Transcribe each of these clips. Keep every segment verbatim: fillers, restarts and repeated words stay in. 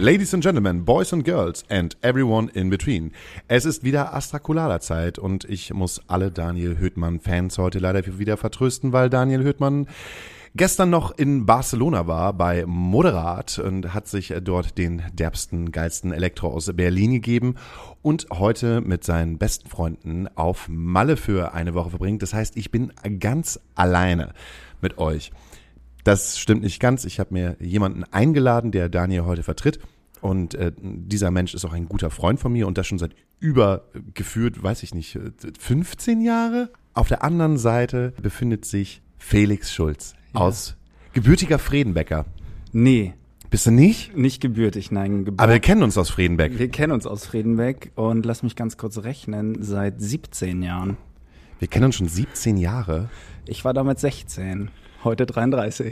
Ladies and Gentlemen, Boys and Girls and everyone in between. Es ist wieder Astrakulada-Zeit und ich muss alle Daniel Höhtmann-Fans heute leider wieder vertrösten, weil Daniel Höhtmann gestern noch in Barcelona war bei Moderat und hat sich dort den derbsten, geilsten Elektro aus Berlin gegeben und heute mit seinen besten Freunden auf Malle für eine Woche verbringt. Das heißt, ich bin ganz alleine mit euch. Das stimmt nicht ganz. Ich habe mir jemanden eingeladen, der Daniel heute vertritt. Und äh, dieser Mensch ist auch ein guter Freund von mir und das schon seit über gefühlt, weiß ich nicht, fünfzehn Jahre. Auf der anderen Seite befindet sich Felix Schulz ja. aus gebürtiger Fredenbecker. Nee. Bist du nicht? Nicht gebürtig, nein. Geburt. Aber wir kennen uns aus Fredenbeck. Wir kennen uns aus Fredenbeck und lass mich ganz kurz rechnen, seit siebzehn Jahren. Wir kennen uns schon siebzehn Jahre? Ich war damals sechzehn. Heute dreiunddreißig.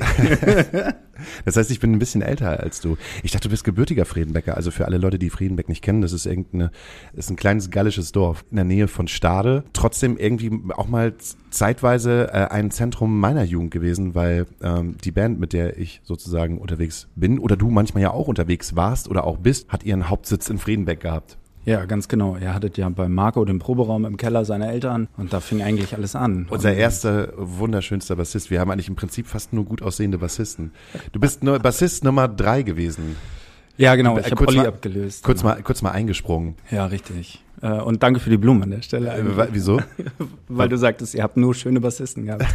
Das heißt, ich bin ein bisschen älter als du. Ich dachte, du bist gebürtiger Fredenbecker. Also für alle Leute, die Fredenbeck nicht kennen, das ist irgendeine, ist ein kleines gallisches Dorf in der Nähe von Stade. Trotzdem irgendwie auch mal zeitweise äh, ein Zentrum meiner Jugend gewesen, weil ähm, die Band, mit der ich sozusagen unterwegs bin oder du manchmal ja auch unterwegs warst oder auch bist, hat ihren Hauptsitz in Fredenbeck gehabt. Ja, ganz genau. Ihr hattet ja bei Marco den Proberaum im Keller seiner Eltern und da fing eigentlich alles an. Unser erster, wunderschönster Bassist. Wir haben eigentlich im Prinzip fast nur gut aussehende Bassisten. Du bist nur Bassist Nummer drei gewesen. Ja, genau. Ich habe Olli mal, abgelöst. Kurz mal, kurz mal eingesprungen. Ja, richtig. Und danke für die Blumen an der Stelle. Äh, wieso? Weil du sagtest, ihr habt nur schöne Bassisten gehabt.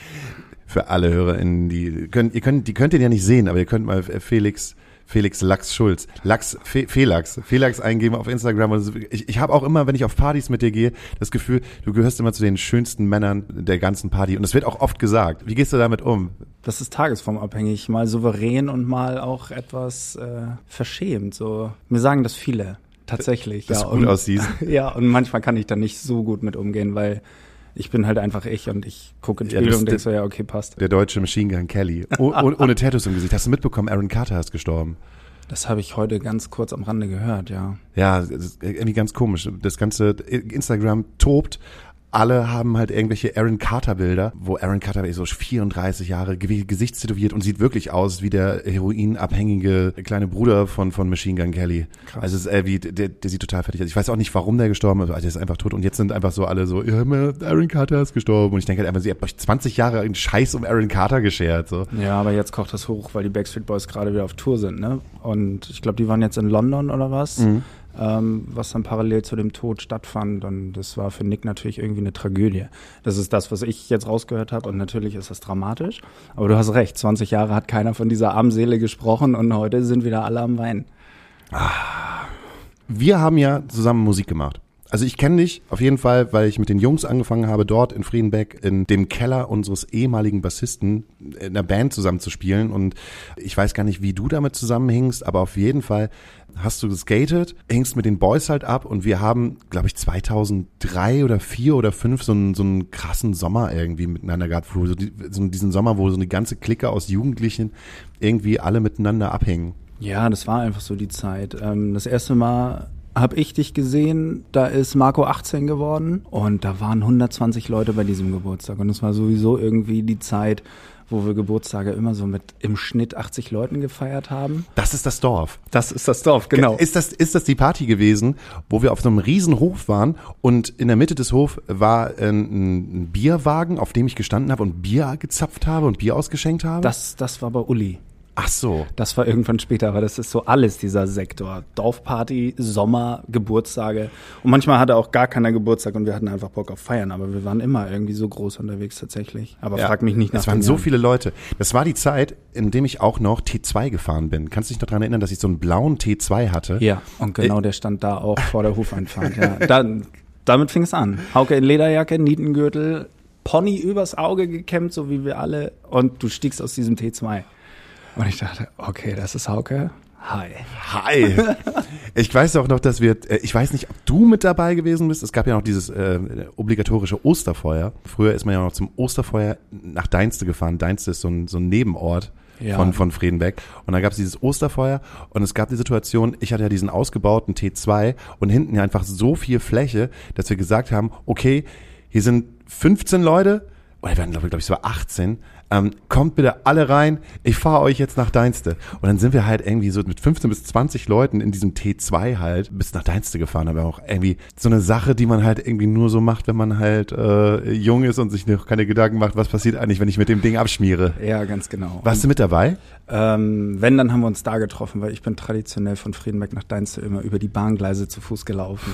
Für alle HörerInnen, die könnt, ihr könnt, die könnt ihr ja nicht sehen, aber ihr könnt mal Felix Felix Lachs Schulz, Lachs, Fe, Felax, Felax eingeben auf Instagram. Ich, ich habe auch immer, wenn ich auf Partys mit dir gehe, das Gefühl, du gehörst immer zu den schönsten Männern der ganzen Party. Und das wird auch oft gesagt. Wie gehst du damit um? Das ist tagesformabhängig, mal souverän und mal auch etwas äh, verschämt. So, mir sagen das viele, tatsächlich. Dass ja, du gut und, aussiehst. Ja, und manchmal kann ich da nicht so gut mit umgehen, weil ich bin halt einfach ich und ich gucke ins Spiel ja, und denke so, ja, okay, passt. Der deutsche Machine Gun Kelly. Oh, oh, ohne Tattoos im Gesicht. Hast du mitbekommen, Aaron Carter ist gestorben? Das habe ich heute ganz kurz am Rande gehört, ja. Ja, das ist irgendwie ganz komisch. Das ganze Instagram tobt. Alle haben halt irgendwelche Aaron Carter Bilder, wo Aaron Carter ist so vierunddreißig Jahre, gesichtstätowiert und sieht wirklich aus wie der heroinabhängige kleine Bruder von von Machine Gun Kelly. Krass. Also es ist, äh, wie, der, der sieht total fertig aus. Ich weiß auch nicht, warum der gestorben ist, also der ist einfach tot und jetzt sind einfach so alle so, ja, Aaron Carter ist gestorben und ich denke halt einfach, ihr habt euch zwanzig Jahre einen Scheiß um Aaron Carter geschert. So. Ja, aber jetzt kocht das hoch, weil die Backstreet Boys gerade wieder auf Tour sind, ne? Und ich glaube, die waren jetzt in London oder was? Mhm. Ähm, was dann parallel zu dem Tod stattfand und das war für Nick natürlich irgendwie eine Tragödie. Das ist das, was ich jetzt rausgehört habe und natürlich ist das dramatisch, aber du hast recht, zwanzig Jahre hat keiner von dieser armen Seele gesprochen und heute sind wieder alle am Weinen. Wir haben ja zusammen Musik gemacht. Also ich kenne dich auf jeden Fall, weil ich mit den Jungs angefangen habe, dort in Friedenbeck in dem Keller unseres ehemaligen Bassisten in einer Band zusammen zu spielen und ich weiß gar nicht, wie du damit zusammenhingst, aber auf jeden Fall hast du geskatet, hingst mit den Boys halt ab und wir haben, glaube ich, zweitausenddrei oder vier oder fünf so einen, so einen krassen Sommer irgendwie miteinander gehabt, wo so, die, so diesen Sommer, wo so eine ganze Clique aus Jugendlichen irgendwie alle miteinander abhängen. Ja, das war einfach so die Zeit. Das erste Mal habe ich dich gesehen, da ist Marco achtzehn geworden und da waren hundertzwanzig Leute bei diesem Geburtstag und es war sowieso irgendwie die Zeit, wo wir Geburtstage immer so mit im Schnitt achtzig Leuten gefeiert haben. Das ist das Dorf. Das ist das Dorf, genau. Ist das, ist das die Party gewesen, wo wir auf so einem riesen Hof waren und in der Mitte des Hofs war ein, ein Bierwagen, auf dem ich gestanden habe und Bier gezapft habe und Bier ausgeschenkt habe? Das, das war bei Uli. Ach so. Das war irgendwann später, aber das ist so alles, dieser Sektor. Dorfparty, Sommer, Geburtstage. Und manchmal hatte auch gar keiner Geburtstag und wir hatten einfach Bock auf Feiern. Aber wir waren immer irgendwie so groß unterwegs tatsächlich. Aber ja, frag mich nicht nach. Es waren so viele Leute. Das war die Zeit, in dem ich auch noch T zwei gefahren bin. Kannst du dich noch daran erinnern, dass ich so einen blauen T zwei hatte? Ja, und genau äh, der stand da auch vor der Hofeinfahrt. Ja. Dann, damit fing es an. Hauke in Lederjacke, Nietengürtel, Pony übers Auge gekämmt, so wie wir alle. Und du stiegst aus diesem T zwei. Und ich dachte, okay, das ist Hauke. Hi. Hi. Ich weiß auch noch, dass wir, ich weiß nicht, ob du mit dabei gewesen bist. Es gab ja noch dieses äh, obligatorische Osterfeuer. Früher ist man ja noch zum Osterfeuer nach Deinste gefahren. Deinste ist so ein, so ein Nebenort ja. von, von Fredenbeck. Und dann gab es dieses Osterfeuer und es gab die Situation, ich hatte ja diesen ausgebauten T zwei und hinten ja einfach so viel Fläche, dass wir gesagt haben, okay, hier sind fünfzehn Leute oder wir waren glaube glaub ich so achtzehn, ähm, kommt bitte alle rein, ich fahre euch jetzt nach Deinste. Und dann sind wir halt irgendwie so mit fünfzehn bis zwanzig Leuten in diesem T zwei halt bis nach Deinste gefahren, aber auch irgendwie so eine Sache, die man halt irgendwie nur so macht, wenn man halt äh, jung ist und sich noch keine Gedanken macht, was passiert eigentlich, wenn ich mit dem Ding abschmiere. Ja, ganz genau. Warst du mit dabei? Ähm, wenn, dann haben wir uns da getroffen, weil ich bin traditionell von Friedenberg nach Deinste immer über die Bahngleise zu Fuß gelaufen.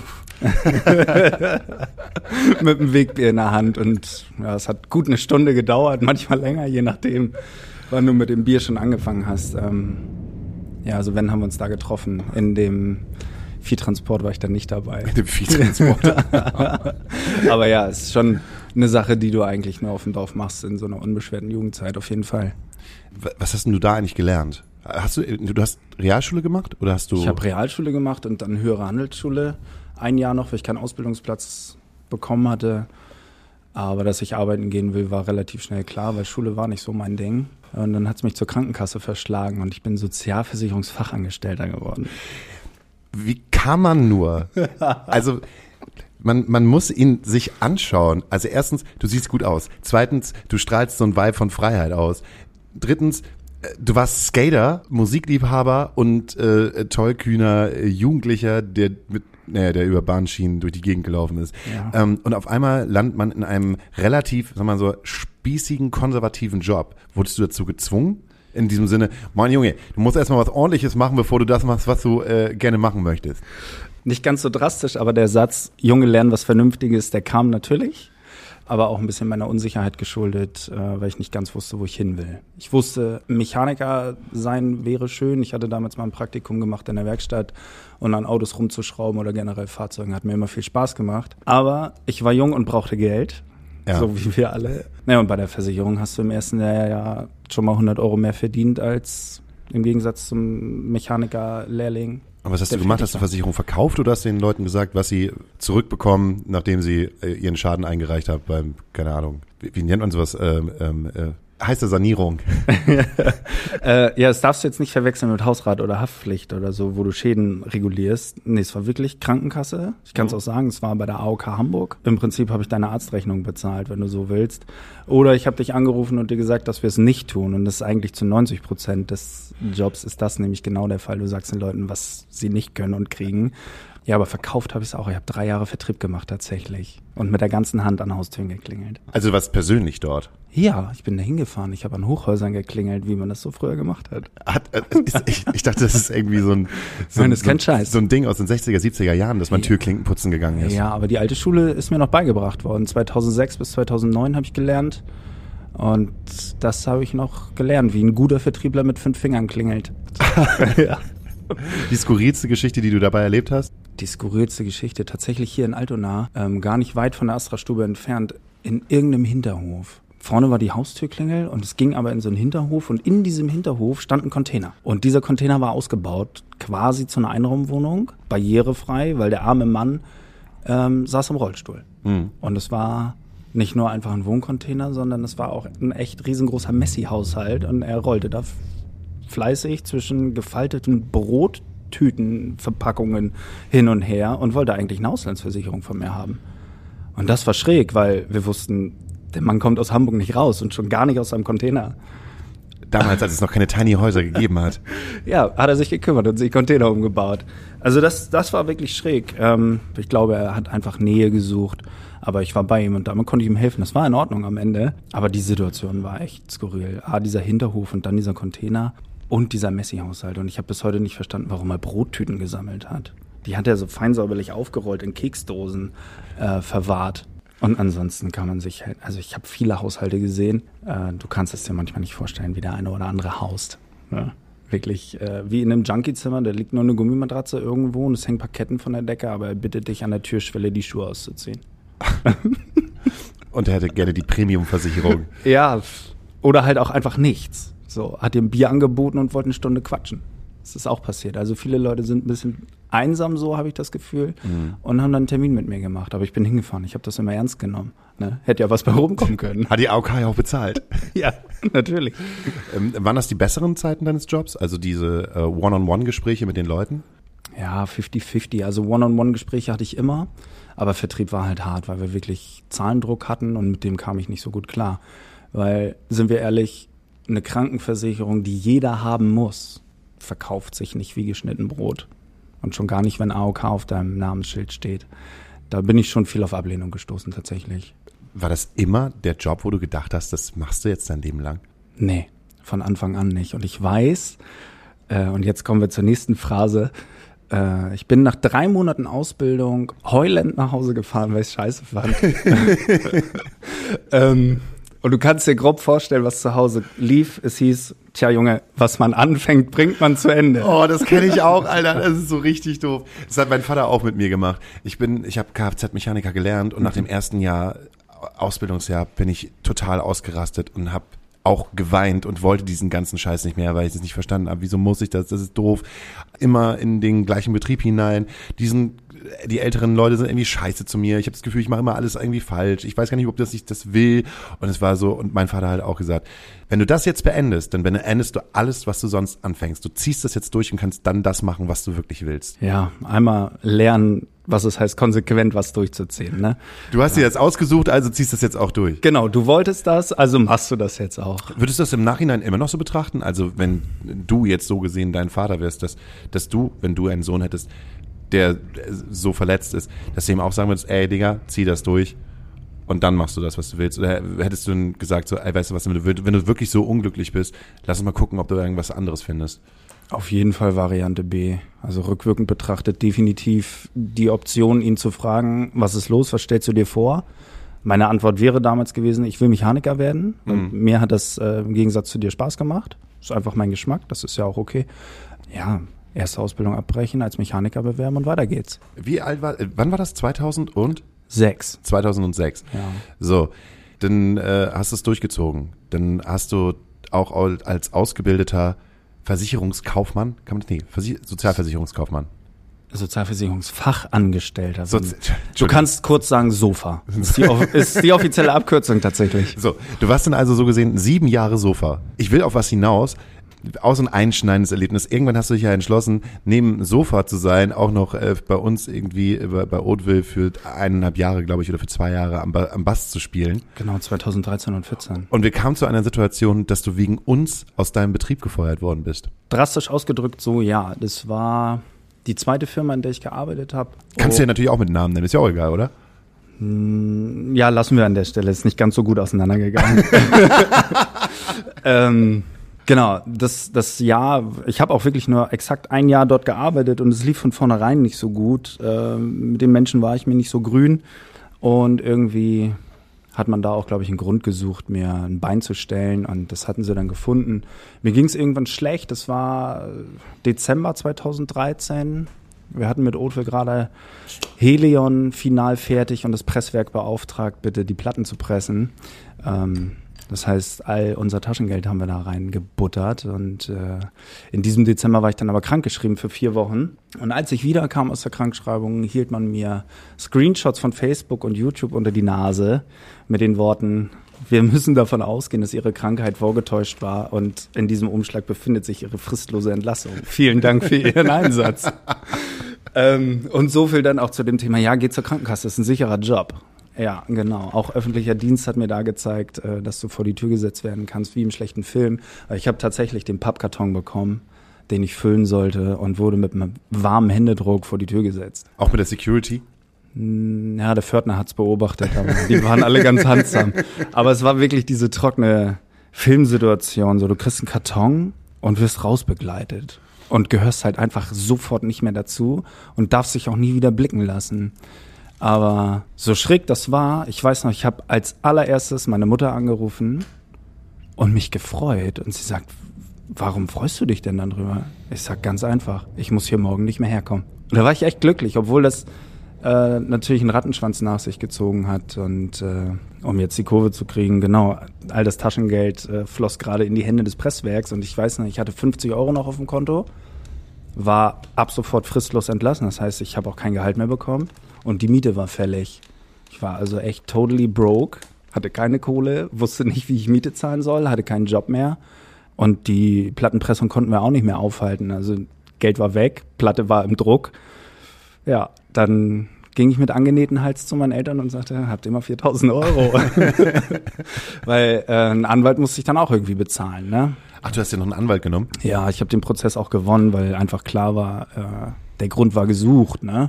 Mit dem Wegbier in der Hand und ja, es hat gut eine Stunde gedauert, manchmal länger, je nachdem, wann du mit dem Bier schon angefangen hast. Ähm, ja, also wenn, haben wir uns da getroffen. In dem Viehtransport war ich dann nicht dabei. In dem Viehtransport. Aber ja, es ist schon eine Sache, die du eigentlich nur auf dem Dorf machst in so einer unbeschwerten Jugendzeit, auf jeden Fall. Was hast denn du da eigentlich gelernt? Hast du, du hast Realschule gemacht oder hast du? Ich habe Realschule gemacht und dann höhere Handelsschule. Ein Jahr noch, weil ich keinen Ausbildungsplatz bekommen hatte. Aber dass ich arbeiten gehen will, war relativ schnell klar, weil Schule war nicht so mein Ding. Und dann hat es mich zur Krankenkasse verschlagen und ich bin Sozialversicherungsfachangestellter geworden. Wie kann man nur? Also man, man muss ihn sich anschauen. Also erstens, du siehst gut aus. Zweitens, du strahlst so ein Vibe von Freiheit aus. Drittens, du warst Skater, Musikliebhaber und äh, tollkühner äh, Jugendlicher, der mit naja, der über Bahnschienen durch die Gegend gelaufen ist. Ja. Ähm, und auf einmal landet man in einem relativ, sagen wir mal so, spießigen, konservativen Job. Wurdest du dazu gezwungen? In diesem Sinne, mein Junge, du musst erstmal was Ordentliches machen, bevor du das machst, was du äh, gerne machen möchtest. Nicht ganz so drastisch, aber der Satz, Junge, lernen was Vernünftiges, der kam natürlich. Aber auch ein bisschen meiner Unsicherheit geschuldet, äh, weil ich nicht ganz wusste, wo ich hin will. Ich wusste, Mechaniker sein wäre schön. Ich hatte damals mal ein Praktikum gemacht in der Werkstatt und an Autos rumzuschrauben oder generell Fahrzeugen hat mir immer viel Spaß gemacht. Aber ich war jung und brauchte Geld, ja. So wie wir alle. Naja, und bei der Versicherung hast du im ersten Jahr ja schon mal hundert Euro mehr verdient als im Gegensatz zum Mechaniker-Lehrling. Aber was hast du gemacht? Hast du Versicherung verkauft oder hast du den Leuten gesagt, was sie zurückbekommen, nachdem sie äh, ihren Schaden eingereicht haben beim, keine Ahnung, wie, wie nennt man sowas, ähm, ähm, äh, heißt Sanierung? äh, ja, das darfst du jetzt nicht verwechseln mit Hausrat oder Haftpflicht oder so, wo du Schäden regulierst. Nee, es war wirklich Krankenkasse. Ich kann es auch sagen, es war bei der A O K Hamburg. Im Prinzip habe ich deine Arztrechnung bezahlt, wenn du so willst. Oder ich habe dich angerufen und dir gesagt, dass wir es nicht tun. Und das ist eigentlich zu neunzig Prozent des Jobs ist das nämlich genau der Fall. Du sagst den Leuten, was sie nicht können und kriegen. Ja, aber verkauft habe ich es auch. Ich habe drei Jahre Vertrieb gemacht tatsächlich und mit der ganzen Hand an Haustüren geklingelt. Also du warst persönlich dort? Ja, ich bin da hingefahren. Ich habe an Hochhäusern geklingelt, wie man das so früher gemacht hat. hat äh, ist, ich, ich dachte, das ist irgendwie so ein, so, Nein, das ist kein so, Scheiß. so ein Ding aus den sechziger, siebziger Jahren, dass man ja. Türklinken putzen gegangen ist. Ja, aber die alte Schule ist mir noch beigebracht worden. zweitausendsechs bis zweitausendneun habe ich gelernt. Und das habe ich noch gelernt, wie ein guter Vertriebler mit fünf Fingern klingelt. Ja. Die skurrilste Geschichte, die du dabei erlebt hast? Die skurrilste Geschichte, tatsächlich hier in Altona, ähm, gar nicht weit von der Astra-Stube entfernt, in irgendeinem Hinterhof. Vorne war die Haustürklingel und es ging aber in so einen Hinterhof und in diesem Hinterhof stand ein Container. Und dieser Container war ausgebaut, quasi zu einer Einraumwohnung, barrierefrei, weil der arme Mann ähm, saß im Rollstuhl. Mhm. Und es war nicht nur einfach ein Wohncontainer, sondern es war auch ein echt riesengroßer Messi-Haushalt und er rollte da fleißig zwischen gefalteten Brottütenverpackungen hin und her und wollte eigentlich eine Auslandsversicherung von mir haben. Und das war schräg, weil wir wussten, der Mann kommt aus Hamburg nicht raus und schon gar nicht aus seinem Container. Damals, als es noch keine Tiny Häuser gegeben hat. Ja, hat er sich gekümmert und sich Container umgebaut. Also das, das war wirklich schräg. Ähm, ich glaube, er hat einfach Nähe gesucht. Aber ich war bei ihm und damit konnte ich ihm helfen. Das war in Ordnung am Ende. Aber die Situation war echt skurril. Ah, dieser Hinterhof und dann dieser Container und dieser Messi-Haushalt. Und ich habe bis heute nicht verstanden, warum er Brottüten gesammelt hat. Die hat er so feinsäuberlich aufgerollt in Keksdosen äh, verwahrt. Und ansonsten kann man sich halt, also ich habe viele Haushalte gesehen. Äh, du kannst es dir manchmal nicht vorstellen, wie der eine oder andere haust. Ja, wirklich äh, wie in einem Junkie-Zimmer, da liegt nur eine Gummimatratze irgendwo und es hängen ein paar Ketten von der Decke, aber er bittet dich an der Türschwelle, die Schuhe auszuziehen. Und er hätte gerne die Premium-Versicherung. Ja, oder halt auch einfach nichts. So, hat ihm Bier angeboten und wollte eine Stunde quatschen. Das ist auch passiert. Also viele Leute sind ein bisschen einsam, so habe ich das Gefühl, mhm. und haben dann einen Termin mit mir gemacht. Aber ich bin hingefahren, ich habe das immer ernst genommen. Ne? Hätte ja was bei rumkommen können. Hat die A O K ja auch bezahlt. Ja, natürlich. Ähm, waren das die besseren Zeiten deines Jobs? Also diese äh, One-on-One-Gespräche mit den Leuten? Ja, fifty fifty. Also One-on-One-Gespräche hatte ich immer. Aber Vertrieb war halt hart, weil wir wirklich Zahlendruck hatten und mit dem kam ich nicht so gut klar. Weil, sind wir ehrlich, eine Krankenversicherung, die jeder haben muss, verkauft sich nicht wie geschnitten Brot. Und schon gar nicht, wenn A O K auf deinem Namensschild steht. Da bin ich schon viel auf Ablehnung gestoßen tatsächlich. War das immer der Job, wo du gedacht hast, das machst du jetzt dein Leben lang? Nee, von Anfang an nicht. Und ich weiß, äh, und jetzt kommen wir zur nächsten Phrase, äh, ich bin nach drei Monaten Ausbildung heulend nach Hause gefahren, weil ich es scheiße fand. ähm, und du kannst dir grob vorstellen, was zu Hause lief. Es hieß, tja Junge, was man anfängt, bringt man zu Ende. Oh, das kenne ich auch, Alter. Das ist so richtig doof. Das hat mein Vater auch mit mir gemacht. Ich bin, ich habe Kfz-Mechaniker gelernt und mhm. nach dem ersten Jahr, Ausbildungsjahr, bin ich total ausgerastet und habe auch geweint und wollte diesen ganzen Scheiß nicht mehr, weil ich es nicht verstanden habe. Wieso muss ich das? Das ist doof. Immer in den gleichen Betrieb hinein. Diesen, die älteren Leute sind irgendwie scheiße zu mir. Ich habe das Gefühl, ich mache immer alles irgendwie falsch. Ich weiß gar nicht, ob das ich das will. Und es war so, und mein Vater hat auch gesagt, wenn du das jetzt beendest, dann beendest du alles, was du sonst anfängst. Du ziehst das jetzt durch und kannst dann das machen, was du wirklich willst. Ja, einmal lernen, was es heißt, konsequent was durchzuziehen. Ne? Du hast dir jetzt ausgesucht, also ziehst das jetzt auch durch. Genau, du wolltest das, also machst du das jetzt auch. Würdest du das im Nachhinein immer noch so betrachten? Also wenn du jetzt so gesehen dein Vater wärst, dass, dass du, wenn du einen Sohn hättest, der so verletzt ist, dass du ihm auch sagen würdest, ey Digga, zieh das durch und dann machst du das, was du willst? Oder hättest du dann gesagt, so, ey, weißt du was, wenn du, wenn du wirklich so unglücklich bist, lass uns mal gucken, ob du irgendwas anderes findest? Auf jeden Fall Variante B. Also rückwirkend betrachtet definitiv die Option, ihn zu fragen, was ist los, was stellst du dir vor? Meine Antwort wäre damals gewesen, ich will Mechaniker werden. Mhm. Mir hat das äh, im Gegensatz zu dir Spaß gemacht. Das ist einfach mein Geschmack, das ist ja auch okay. Ja, erste Ausbildung abbrechen, als Mechaniker bewerben und weiter geht's. Wie alt war, wann war das? zweitausend und? Sechs. zweitausendsechs. Ja. So, dann äh, hast du es durchgezogen. Dann hast du auch als ausgebildeter Versicherungskaufmann, kann man das nicht, Versi- Sozialversicherungskaufmann. Sozialversicherungsfachangestellter. So, du kannst kurz sagen Sofa. Ist die, ist die offizielle Abkürzung tatsächlich. So, du warst dann also so gesehen sieben Jahre Sofa. Ich will auf was hinaus. Auch so ein einschneidendes Erlebnis. Irgendwann hast du dich ja entschlossen, neben Sofa zu sein, auch noch äh, bei uns irgendwie bei, bei Hauteville für eineinhalb Jahre, glaube ich, oder für zwei Jahre am, ba- am Bass zu spielen. Genau, zweitausenddreizehn und vierzehn. Und wir kamen zu einer Situation, dass du wegen uns aus deinem Betrieb gefeuert worden bist. Drastisch ausgedrückt so, ja. Das war die zweite Firma, in der ich gearbeitet habe. Kannst oh. du ja natürlich auch mit Namen nennen, ist ja auch egal, oder? Ja, lassen wir an der Stelle. Ist nicht ganz so gut auseinandergegangen. ähm... Genau, das, das Jahr, ich habe auch wirklich nur exakt ein Jahr dort gearbeitet und es lief von vornherein nicht so gut. Ähm, mit den Menschen war ich mir nicht so grün und irgendwie hat man da auch, glaube ich, einen Grund gesucht, mir ein Bein zu stellen und das hatten sie dann gefunden. Mir ging es irgendwann schlecht, das war Dezember zweitausenddreizehn. Wir hatten mit Hauteville gerade Helion final fertig und das Presswerk beauftragt, bitte die Platten zu pressen. Ähm, Das heißt, all unser Taschengeld haben wir da reingebuttert und äh, in diesem Dezember war ich dann aber krankgeschrieben für vier Wochen. Und als ich wiederkam aus der Krankschreibung, hielt man mir Screenshots von Facebook und YouTube unter die Nase mit den Worten, wir müssen davon ausgehen, dass Ihre Krankheit vorgetäuscht war und in diesem Umschlag befindet sich Ihre fristlose Entlassung. Vielen Dank für Ihren Einsatz. ähm, und so viel dann auch zu dem Thema, ja, geh zur Krankenkasse, das ist ein sicherer Job. Ja, genau. Auch öffentlicher Dienst hat mir da gezeigt, dass du vor die Tür gesetzt werden kannst, wie im schlechten Film. Ich habe tatsächlich den Pappkarton bekommen, den ich füllen sollte und wurde mit einem warmen Händedruck vor die Tür gesetzt. Auch mit der Security? Ja, der Pförtner hat's beobachtet, aber die waren alle ganz handsam. Aber es war wirklich diese trockene Filmsituation. So, du kriegst einen Karton und wirst rausbegleitet und gehörst halt einfach sofort nicht mehr dazu und darfst dich auch nie wieder blicken lassen. Aber so schräg das war, ich weiß noch, ich habe als allererstes meine Mutter angerufen und mich gefreut. Und sie sagt, warum freust du dich denn dann drüber? Ich sag ganz einfach, ich muss hier morgen nicht mehr herkommen. Und da war ich echt glücklich, obwohl das äh, natürlich einen Rattenschwanz nach sich gezogen hat. Und äh, um jetzt die Kurve zu kriegen, genau, all das Taschengeld äh, floss gerade in die Hände des Presswerks. Und ich weiß noch, ich hatte fünfzig Euro noch auf dem Konto, war ab sofort fristlos entlassen. Das heißt, ich habe auch kein Gehalt mehr bekommen. Und die Miete war fällig. Ich war also echt totally broke, hatte keine Kohle, wusste nicht, wie ich Miete zahlen soll, hatte keinen Job mehr. Und die Plattenpressung konnten wir auch nicht mehr aufhalten. Also Geld war weg, Platte war im Druck. Ja, dann ging ich mit angenähten Hals zu meinen Eltern und sagte, habt ihr mal viertausend Euro? Weil äh, ein Anwalt musste ich dann auch irgendwie bezahlen, ne? Ach, du hast ja noch einen Anwalt genommen? Ja, ich habe den Prozess auch gewonnen, weil einfach klar war, äh, der Grund war gesucht, ne?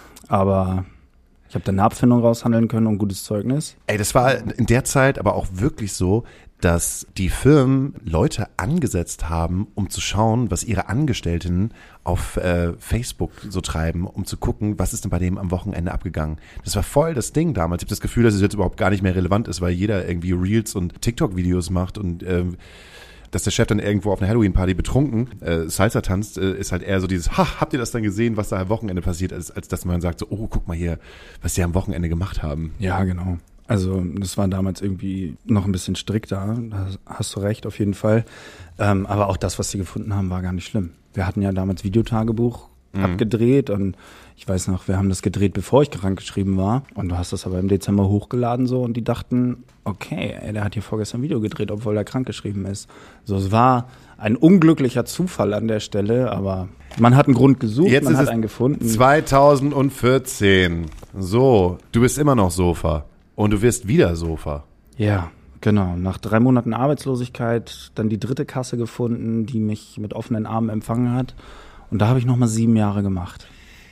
Aber ich habe dann eine Abfindung raushandeln können und ein gutes Zeugnis. Ey, das war in der Zeit aber auch wirklich so, dass die Firmen Leute angesetzt haben, um zu schauen, was ihre Angestellten auf äh, Facebook so treiben, um zu gucken, was ist denn bei dem am Wochenende abgegangen. Das war voll das Ding damals. Ich habe das Gefühl, dass es jetzt überhaupt gar nicht mehr relevant ist, weil jeder irgendwie Reels und TikTok-Videos macht und ähm, dass der Chef dann irgendwo auf einer Halloween-Party betrunken äh, Salsa tanzt, äh, ist halt eher so dieses, ha, habt ihr das dann gesehen, was da am Wochenende passiert ist, als dass man sagt so, oh, guck mal hier, was die am Wochenende gemacht haben. Ja, genau. Also das war damals irgendwie noch ein bisschen strikter, da hast du recht, auf jeden Fall. Ähm, aber auch das, was sie gefunden haben, war gar nicht schlimm. Wir hatten ja damals Videotagebuch mhm. abgedreht und ich weiß noch, wir haben das gedreht, bevor ich krankgeschrieben war und du hast das aber im Dezember hochgeladen so und die dachten, okay, ey, der hat hier vorgestern ein Video gedreht, obwohl er krankgeschrieben ist. So, es war ein unglücklicher Zufall an der Stelle, aber man hat einen Grund gesucht, Jetzt man ist hat es einen gefunden. zweitausendvierzehn. So, du bist immer noch Sofa. Und du wirst wieder Sofa. Ja, genau. Nach drei Monaten Arbeitslosigkeit dann die dritte Kasse gefunden, die mich mit offenen Armen empfangen hat. Und da habe ich nochmal sieben Jahre gemacht.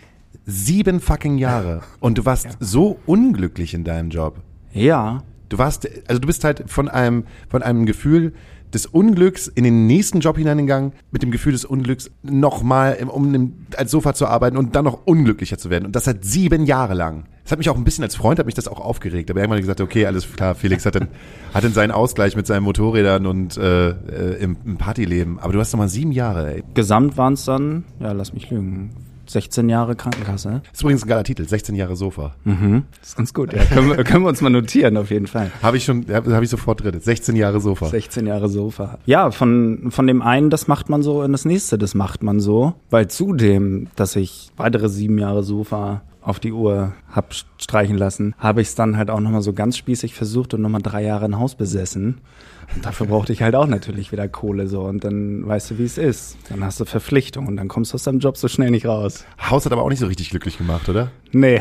Sieben fucking Jahre. Und du warst ja. so unglücklich in deinem Job. Ja. Du warst, also du bist halt von einem, von einem Gefühl des Unglücks in den nächsten Job hineingegangen, mit dem Gefühl des Unglücks nochmal, um als Sofa zu arbeiten und dann noch unglücklicher zu werden. Und das seit sieben Jahre lang. Das hat mich auch ein bisschen als Freund, hat mich das auch aufgeregt. Aber irgendwann gesagt, okay, alles klar, Felix hat dann, hat dann seinen Ausgleich mit seinen Motorrädern und äh, äh, im, im Partyleben. Aber du hast nochmal sieben Jahre, ey. Gesamt waren es dann, ja, lass mich lügen, sechzehn Jahre Krankenkasse. Das ist übrigens ein geiler Titel, sechzehn Jahre Sofa. Mhm, das ist ganz gut, ja. können, wir, können wir uns mal notieren, auf jeden Fall. Habe ich schon, habe ich sofort drin, sechzehn Jahre Sofa. sechzehn Jahre Sofa. Ja, von, von dem einen, das macht man so, in das nächste, das macht man so. Weil zudem, dass ich weitere sieben Jahre Sofa auf die Uhr hab streichen lassen, habe ich es dann halt auch nochmal so ganz spießig versucht und nochmal drei Jahre ein Haus besessen. Und dafür brauchte ich halt auch natürlich wieder Kohle so und dann weißt du, wie es ist. Dann hast du Verpflichtung und dann kommst du aus deinem Job so schnell nicht raus. Haus hat aber auch nicht so richtig glücklich gemacht, oder? Nee,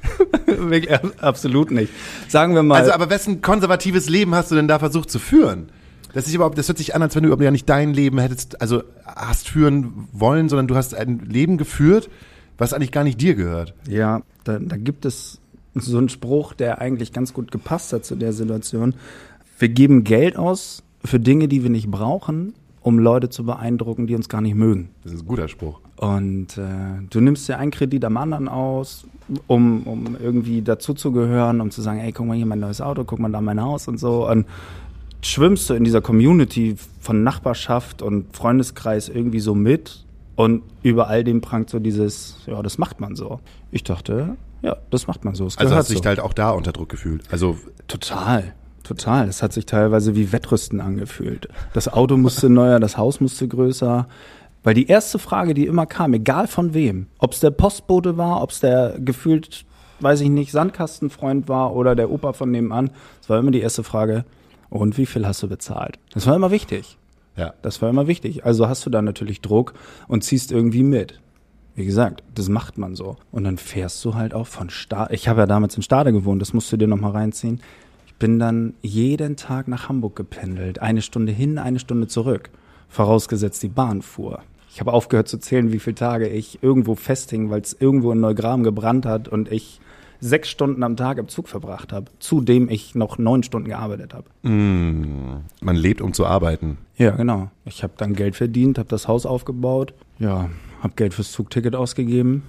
absolut nicht. Sagen wir mal. Also aber wessen konservatives Leben hast du denn da versucht zu führen? Das ist überhaupt, das hört sich an, als wenn du überhaupt ja nicht dein Leben hättest, also hast führen wollen, sondern du hast ein Leben geführt, was eigentlich gar nicht dir gehört. Ja, da, da gibt es so einen Spruch, der eigentlich ganz gut gepasst hat zu der Situation. Wir geben Geld aus für Dinge, die wir nicht brauchen, um Leute zu beeindrucken, die uns gar nicht mögen. Das ist ein guter Spruch. Und äh, du nimmst dir einen Kredit am anderen aus, um, um irgendwie dazuzugehören, um zu sagen, ey, guck mal hier mein neues Auto, guck mal da mein Haus und so. Und schwimmst du in dieser Community von Nachbarschaft und Freundeskreis irgendwie so mit. Und über all dem prangt so dieses, ja, das macht man so. Ich dachte, ja, das macht man so. Es also hast du dich so. halt auch da unter Druck gefühlt? Also total, total. Es hat sich teilweise wie Wettrüsten angefühlt. Das Auto musste neuer, das Haus musste größer. Weil die erste Frage, die immer kam, egal von wem, ob es der Postbote war, ob es der gefühlt, weiß ich nicht, Sandkastenfreund war oder der Opa von nebenan, es war immer die erste Frage, und wie viel hast du bezahlt? Das war immer wichtig. Ja. Das war immer wichtig. Also hast du da natürlich Druck und ziehst irgendwie mit. Wie gesagt, das macht man so. Und dann fährst du halt auch von Stade. Ich habe ja damals in Stade gewohnt, das musst du dir nochmal reinziehen. Ich bin dann jeden Tag nach Hamburg gependelt. Eine Stunde hin, eine Stunde zurück. Vorausgesetzt die Bahn fuhr. Ich habe aufgehört zu zählen, wie viele Tage ich irgendwo festhing, weil es irgendwo in Neugraben gebrannt hat und ich sechs Stunden am Tag im Zug verbracht habe, zudem ich noch neun Stunden gearbeitet habe. Mm, man lebt, um zu arbeiten. Ja, genau. Ich habe dann Geld verdient, habe das Haus aufgebaut, ja, habe Geld fürs Zugticket ausgegeben,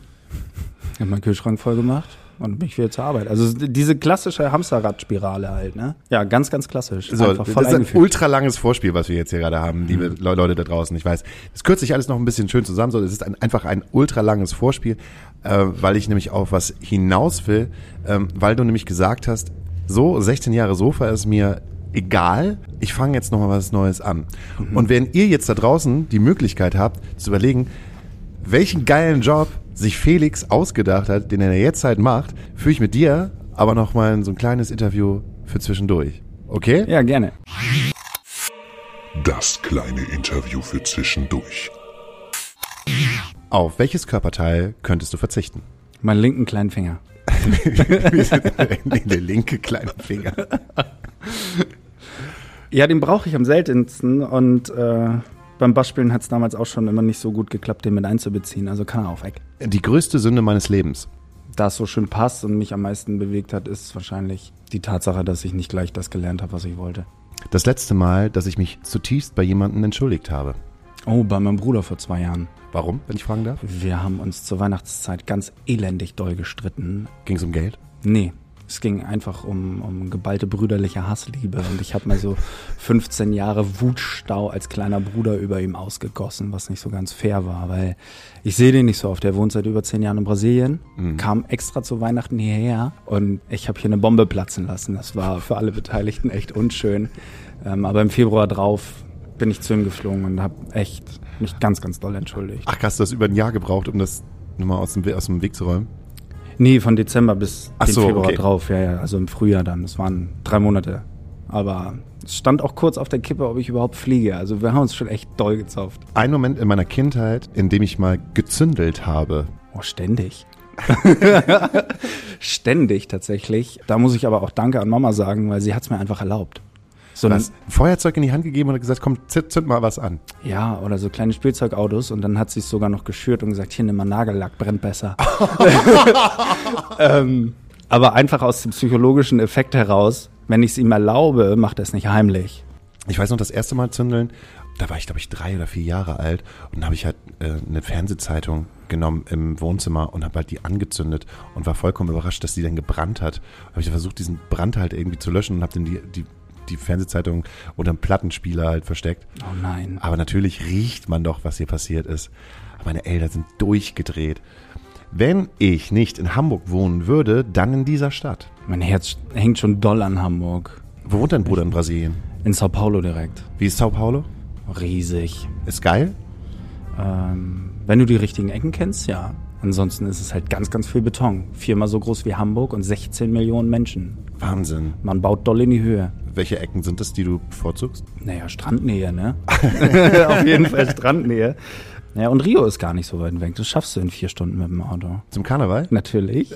habe meinen Kühlschrank voll gemacht und bin ich wieder zur Arbeit. Also diese klassische Hamsterradspirale halt, ne? Ja, ganz, ganz klassisch. So, das ist ein ultra langes Vorspiel, was wir jetzt hier gerade haben, liebe mhm. Leute da draußen. Ich weiß, das kürzt sich alles noch ein bisschen schön zusammen. So, es ist ein, einfach ein ultra langes Vorspiel, äh, weil ich nämlich auf was hinaus will, ähm, weil du nämlich gesagt hast, so sechzehn Jahre Sofa ist mir egal, ich fange jetzt nochmal was Neues an. Mhm. Und wenn ihr jetzt da draußen die Möglichkeit habt, zu überlegen, welchen geilen Job sich Felix ausgedacht hat, den er jetzt halt macht, führe ich mit dir aber noch mal so ein kleines Interview für zwischendurch. Okay? Ja, gerne. Das kleine Interview für zwischendurch. Auf welches Körperteil könntest du verzichten? Meinen linken kleinen Finger. nee, der linke kleine Finger. Ja, den brauche ich am seltensten und äh, beim Bassspielen hat es damals auch schon immer nicht so gut geklappt, den mit einzubeziehen, also kann er auch weg. Die größte Sünde meines Lebens. Da es so schön passt und mich am meisten bewegt hat, ist wahrscheinlich die Tatsache, dass ich nicht gleich das gelernt habe, was ich wollte. Das letzte Mal, dass ich mich zutiefst bei jemandem entschuldigt habe. Oh, bei meinem Bruder vor zwei Jahren. Warum, wenn ich fragen darf? Wir haben uns zur Weihnachtszeit ganz elendig doll gestritten. Ging es um Geld? Nee, es ging einfach um, um geballte brüderliche Hassliebe. Und ich habe mal so fünfzehn Jahre Wutstau als kleiner Bruder über ihm ausgegossen, was nicht so ganz fair war, weil ich sehe den nicht so oft. Der wohnt seit über zehn Jahren in Brasilien, mhm. kam extra zu Weihnachten hierher und ich habe hier eine Bombe platzen lassen. Das war für alle Beteiligten echt unschön. Ähm, aber im Februar drauf bin ich zu ihm geflogen und habe echt mich ganz, ganz doll entschuldigt. Ach krass, du hast über ein Jahr gebraucht, um das nochmal aus dem, aus dem Weg zu räumen? Nee, von Dezember bis Ach den so, Februar okay. drauf, ja, ja, also im Frühjahr dann. Das waren drei Monate. Aber es stand auch kurz auf der Kippe, ob ich überhaupt fliege. Also wir haben uns schon echt doll gezopft. Ein Moment in meiner Kindheit, in dem ich mal gezündelt habe. Oh, ständig. Ständig tatsächlich. Da muss ich aber auch Danke an Mama sagen, weil sie hat es mir einfach erlaubt. So Du hast ein Feuerzeug in die Hand gegeben und hat gesagt, komm, zünd, zünd mal was an. Ja, oder so kleine Spielzeugautos und dann hat sie es sogar noch geschürt und gesagt, hier nimm mal Nagellack, brennt besser. ähm, aber einfach aus dem psychologischen Effekt heraus, wenn ich es ihm erlaube, macht er es nicht heimlich. Ich weiß noch, das erste Mal zündeln, da war ich, glaube ich, drei oder vier Jahre alt und dann habe ich halt äh, eine Fernsehzeitung genommen im Wohnzimmer und habe halt die angezündet und war vollkommen überrascht, dass die dann gebrannt hat. Habe ich versucht, diesen Brand halt irgendwie zu löschen und habe dann die, die die Fernsehzeitung unter dem Plattenspieler halt versteckt. Oh nein. Aber natürlich riecht man doch, was hier passiert ist. Meine Eltern sind durchgedreht. Wenn ich nicht in Hamburg wohnen würde, dann in dieser Stadt. Mein Herz hängt schon doll an Hamburg. Wo wohnt dein Bruder in Brasilien? In Sao Paulo direkt. Wie ist Sao Paulo? Riesig. Ist geil? Ähm, wenn du die richtigen Ecken kennst, ja. Ansonsten ist es halt ganz, ganz viel Beton. Viermal so groß wie Hamburg und sechzehn Millionen Menschen. Wahnsinn. Man baut doll in die Höhe. Welche Ecken sind das, die du bevorzugst? Naja, Strandnähe, ne? Auf jeden Fall Strandnähe. Ja, und Rio ist gar nicht so weit weg. Das schaffst du in vier Stunden mit dem Auto. Zum Karneval? Natürlich.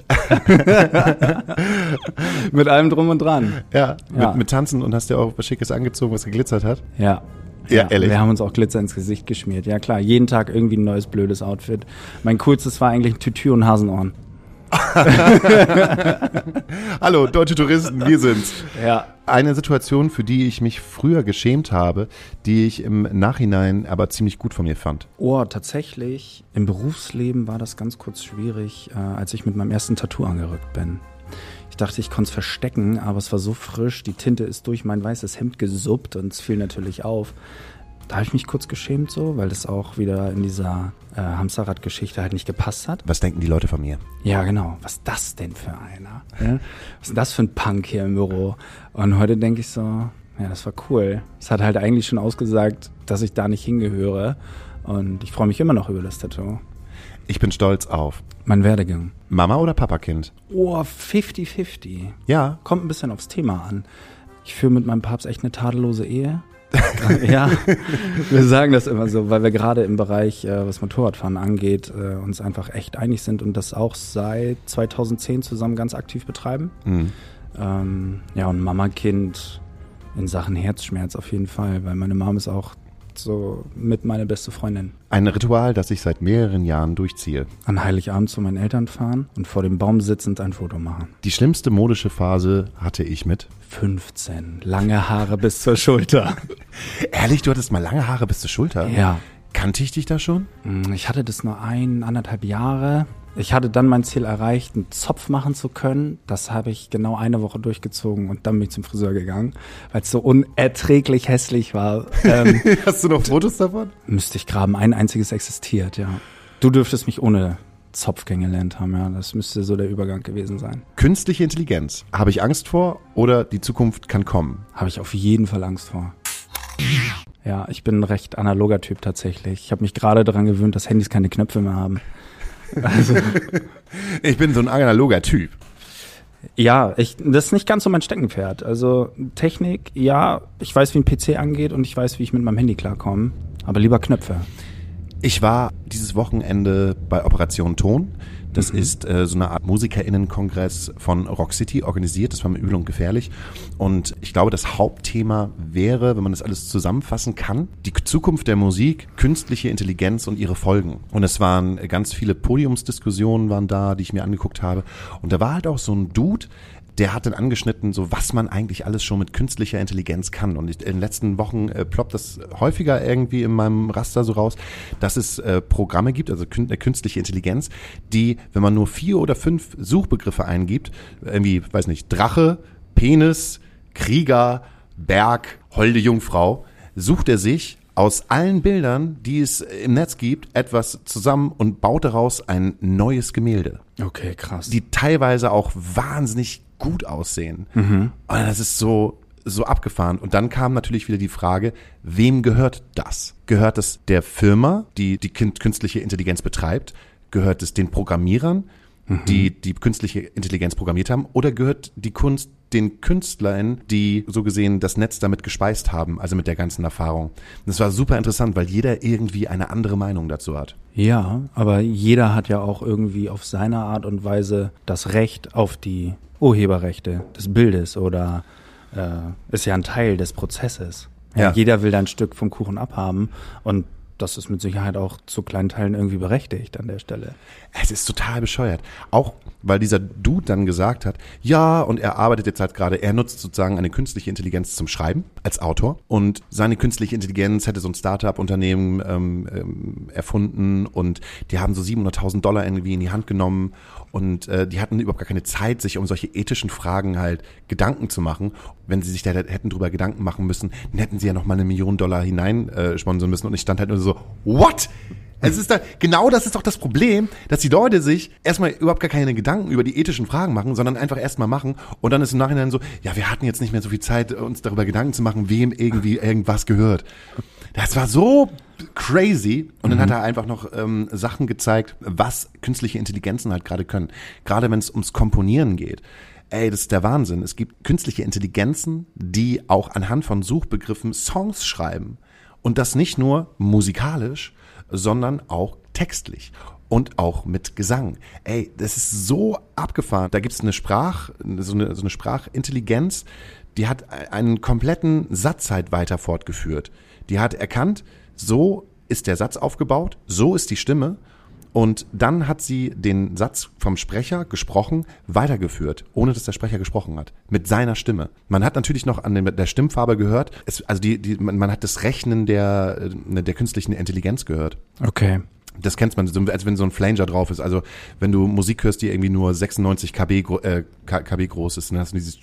Mit allem drum und dran. Ja, Ja. Mit, mit Tanzen und hast dir auch was Schickes angezogen, was geglitzert hat? Ja. Ja, ehrlich? Wir haben uns auch Glitzer ins Gesicht geschmiert. Ja klar, jeden Tag irgendwie ein neues blödes Outfit. Mein coolstes war eigentlich ein Tütü und Hasenohren. Hallo, deutsche Touristen, wir sind's. Ja. Eine Situation, für die ich mich früher geschämt habe, die ich im Nachhinein aber ziemlich gut von mir fand. Oh, tatsächlich, im Berufsleben war das ganz kurz schwierig, äh, als ich mit meinem ersten Tattoo angerückt bin. Ich dachte, ich konnte es verstecken, aber es war so frisch, die Tinte ist durch mein weißes Hemd gesuppt und es fiel natürlich auf. Da habe ich mich kurz geschämt so, weil das auch wieder in dieser äh, Hamsterrad-Geschichte halt nicht gepasst hat. Was denken die Leute von mir? Ja, genau. Was ist das denn für einer? Ja? Was ist denn das für ein Punk hier im Büro? Und heute denke ich so, ja, das war cool. Es hat halt eigentlich schon ausgesagt, dass ich da nicht hingehöre. Und ich freue mich immer noch über das Tattoo. Ich bin stolz auf Mein Werdegang. Mama oder Papakind? Oh, fifty fifty. Ja. Kommt ein bisschen aufs Thema an. Ich führe mit meinem Papst echt eine tadellose Ehe. Ja, wir sagen das immer so, weil wir gerade im Bereich, äh, was Motorradfahren angeht, äh, uns einfach echt einig sind und das auch seit zweitausendzehn zusammen ganz aktiv betreiben. Mhm. Ähm, ja, und Mama-Kind in Sachen Herzschmerz auf jeden Fall, weil meine Mom ist auch so mit meine beste Freundin. Ein Ritual, das ich seit mehreren Jahren durchziehe. An Heiligabend zu meinen Eltern fahren und vor dem Baum sitzend ein Foto machen. Die schlimmste modische Phase hatte ich mit fünfzehn, lange Haare bis zur Schulter. Ehrlich, du hattest mal lange Haare bis zur Schulter? Ja. Kannte ich dich da schon? Ich hatte das nur ein, anderthalb Jahre. Ich hatte dann mein Ziel erreicht, einen Zopf machen zu können. Das habe ich genau eine Woche durchgezogen und dann bin ich zum Friseur gegangen, weil es so unerträglich hässlich war. Ähm, Hast du noch Fotos davon? müsste ich graben. Ein einziges existiert, ja. Du dürftest mich ohne Zopf kennengelernt haben, ja. Das müsste so der Übergang gewesen sein. Künstliche Intelligenz. Habe ich Angst vor oder die Zukunft kann kommen? Habe ich auf jeden Fall Angst vor. Ja, ich bin ein recht analoger Typ tatsächlich. Ich habe mich gerade daran gewöhnt, dass Handys keine Knöpfe mehr haben. Also, Ich bin so ein analoger Typ. ja, ich, das ist nicht ganz so mein Steckenpferd. Also Technik, ja, ich weiß, wie ein P C angeht und ich weiß, wie ich mit meinem Handy klarkomme. Aber lieber Knöpfe. Ich war dieses Wochenende bei Operation Ton. Das Mhm. ist äh, so eine Art MusikerInnen-Kongress von Rock City organisiert. Das war mir übel und gefährlich. Und ich glaube, das Hauptthema wäre, wenn man das alles zusammenfassen kann, die Zukunft der Musik, künstliche Intelligenz und ihre Folgen. Und es waren ganz viele Podiumsdiskussionen waren da, die ich mir angeguckt habe. Und da war halt auch so ein Dude, der hat dann angeschnitten, so was man eigentlich alles schon mit künstlicher Intelligenz kann. Und ich, in den letzten Wochen äh, ploppt das häufiger irgendwie in meinem Raster so raus, dass es äh, Programme gibt, also kün äh, künstliche Intelligenz, die, wenn man nur vier oder fünf Suchbegriffe eingibt, irgendwie, weiß nicht, Drache, Penis, Krieger, Berg, holde Jungfrau, sucht er sich aus allen Bildern, die es im Netz gibt, etwas zusammen und baut daraus ein neues Gemälde. Okay, krass. Die teilweise auch wahnsinnig gut aussehen. Mhm. Und das ist so, so abgefahren. Und dann kam natürlich wieder die Frage, wem gehört das? Gehört es der Firma, die die künstliche Intelligenz betreibt? Gehört es den Programmierern, mhm. die die künstliche Intelligenz programmiert haben? Oder gehört die Kunst den Künstlern, die so gesehen das Netz damit gespeist haben, also mit der ganzen Erfahrung? Das war super interessant, weil jeder irgendwie eine andere Meinung dazu hat. Ja, aber jeder hat ja auch irgendwie auf seine Art und Weise das Recht auf die Urheberrechte des Bildes oder äh, ist ja ein Teil des Prozesses. Ja. Ja. Jeder will da ein Stück vom Kuchen abhaben und das ist mit Sicherheit auch zu kleinen Teilen irgendwie berechtigt an der Stelle. Es ist total bescheuert. Auch weil dieser Dude dann gesagt hat, ja, und er arbeitet jetzt halt gerade, er nutzt sozusagen eine künstliche Intelligenz zum Schreiben als Autor und seine künstliche Intelligenz hätte so ein Start-up-Unternehmen ähm, ähm, erfunden und die haben so siebenhunderttausend Dollar irgendwie in die Hand genommen und äh, die hatten überhaupt gar keine Zeit, sich um solche ethischen Fragen halt Gedanken zu machen. Wenn sie sich da hätten drüber Gedanken machen müssen, dann hätten sie ja noch mal eine Million Dollar hinein äh, sponsern müssen und ich stand halt nur so, what? Es ist da, genau das ist doch das Problem, dass die Leute sich erstmal überhaupt gar keine Gedanken über die ethischen Fragen machen, sondern einfach erstmal machen und dann ist im Nachhinein so, ja, wir hatten jetzt nicht mehr so viel Zeit, uns darüber Gedanken zu machen, wem irgendwie irgendwas gehört. Das war so crazy und dann mhm. hat er einfach noch ähm, Sachen gezeigt, was künstliche Intelligenzen halt gerade können. Gerade wenn es ums Komponieren geht. Ey, das ist der Wahnsinn. Es gibt künstliche Intelligenzen, die auch anhand von Suchbegriffen Songs schreiben. Und das nicht nur musikalisch, sondern auch textlich und auch mit Gesang. Ey, das ist so abgefahren. Da gibt's eine Sprach, so eine, so eine Sprachintelligenz, die hat einen kompletten Satz halt weiter fortgeführt. Die hat erkannt, so ist der Satz aufgebaut, so ist die Stimme. Und dann hat sie den Satz vom Sprecher gesprochen, weitergeführt, ohne dass der Sprecher gesprochen hat, mit seiner Stimme. Man hat natürlich noch an der Stimmfarbe gehört, es, also die, die, man, man hat das Rechnen der, der künstlichen Intelligenz gehört. Okay. Das kennt man, als wenn so ein Flanger drauf ist. Also wenn du Musik hörst, die irgendwie nur sechsundneunzig Kilobyte äh, K B groß ist, dann hast du dieses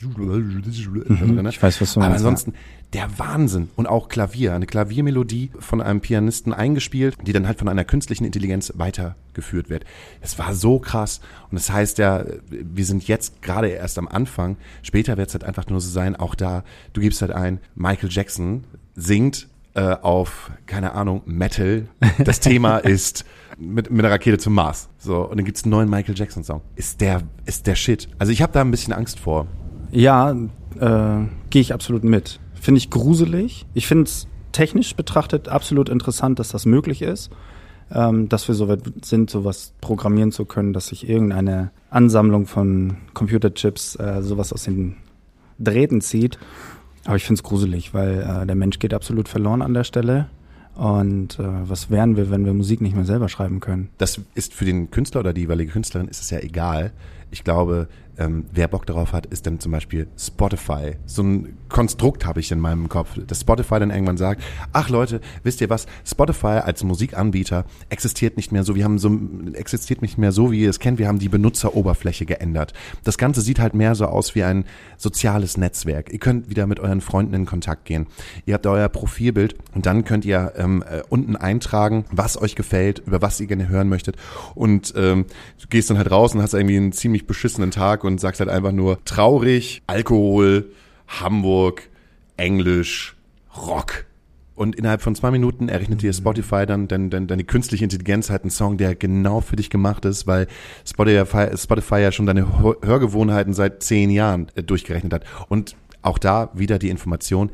mhm, ich weiß, was du meinst. Aber ansonsten der Wahnsinn. Und auch Klavier, eine Klaviermelodie von einem Pianisten eingespielt, die dann halt von einer künstlichen Intelligenz weitergeführt wird. Es war so krass. Und das heißt ja, wir sind jetzt gerade erst am Anfang. Später wird es halt einfach nur so sein, auch da, du gibst halt ein, Michael Jackson singt Äh, auf, keine Ahnung, Metal. Das Thema ist mit, mit einer Rakete zum Mars. So, und dann gibt's einen neuen Michael Jackson Song. Ist der, ist der Shit. Also ich habe da ein bisschen Angst vor. Ja, äh, gehe ich absolut mit. Finde ich gruselig. Ich finde es technisch betrachtet absolut interessant, dass das möglich ist. Ähm, dass wir so weit sind, sowas programmieren zu können, dass sich irgendeine Ansammlung von Computerchips äh, sowas aus den Drähten zieht. Aber ich finde es gruselig, weil äh, der Mensch geht absolut verloren an der Stelle. Und äh, was wären wir, wenn wir Musik nicht mehr selber schreiben können? Das ist für den Künstler oder die jeweilige Künstlerin ist es ja egal. Ich glaube, ähm, wer Bock darauf hat, ist dann zum Beispiel Spotify. So ein Konstrukt habe ich in meinem Kopf, dass Spotify dann irgendwann sagt, ach Leute, wisst ihr was, Spotify als Musikanbieter existiert nicht mehr so, wir haben so, existiert nicht mehr so, wie ihr es kennt, wir haben die Benutzeroberfläche geändert. Das Ganze sieht halt mehr so aus wie ein soziales Netzwerk. Ihr könnt wieder mit euren Freunden in Kontakt gehen. Ihr habt euer Profilbild und dann könnt ihr ähm, äh, unten eintragen, was euch gefällt, über was ihr gerne hören möchtet und ähm, du gehst dann halt raus und hast irgendwie einen ziemlich beschissenen Tag und sagst halt einfach nur traurig, Alkohol, Hamburg, Englisch, Rock. Und innerhalb von zwei Minuten errechnet dir Spotify dann, dann, dann, dann die künstliche Intelligenz halt einen Song, der genau für dich gemacht ist, weil Spotify, Spotify ja schon deine Hörgewohnheiten seit zehn Jahren äh, durchgerechnet hat. Und auch da wieder die Information,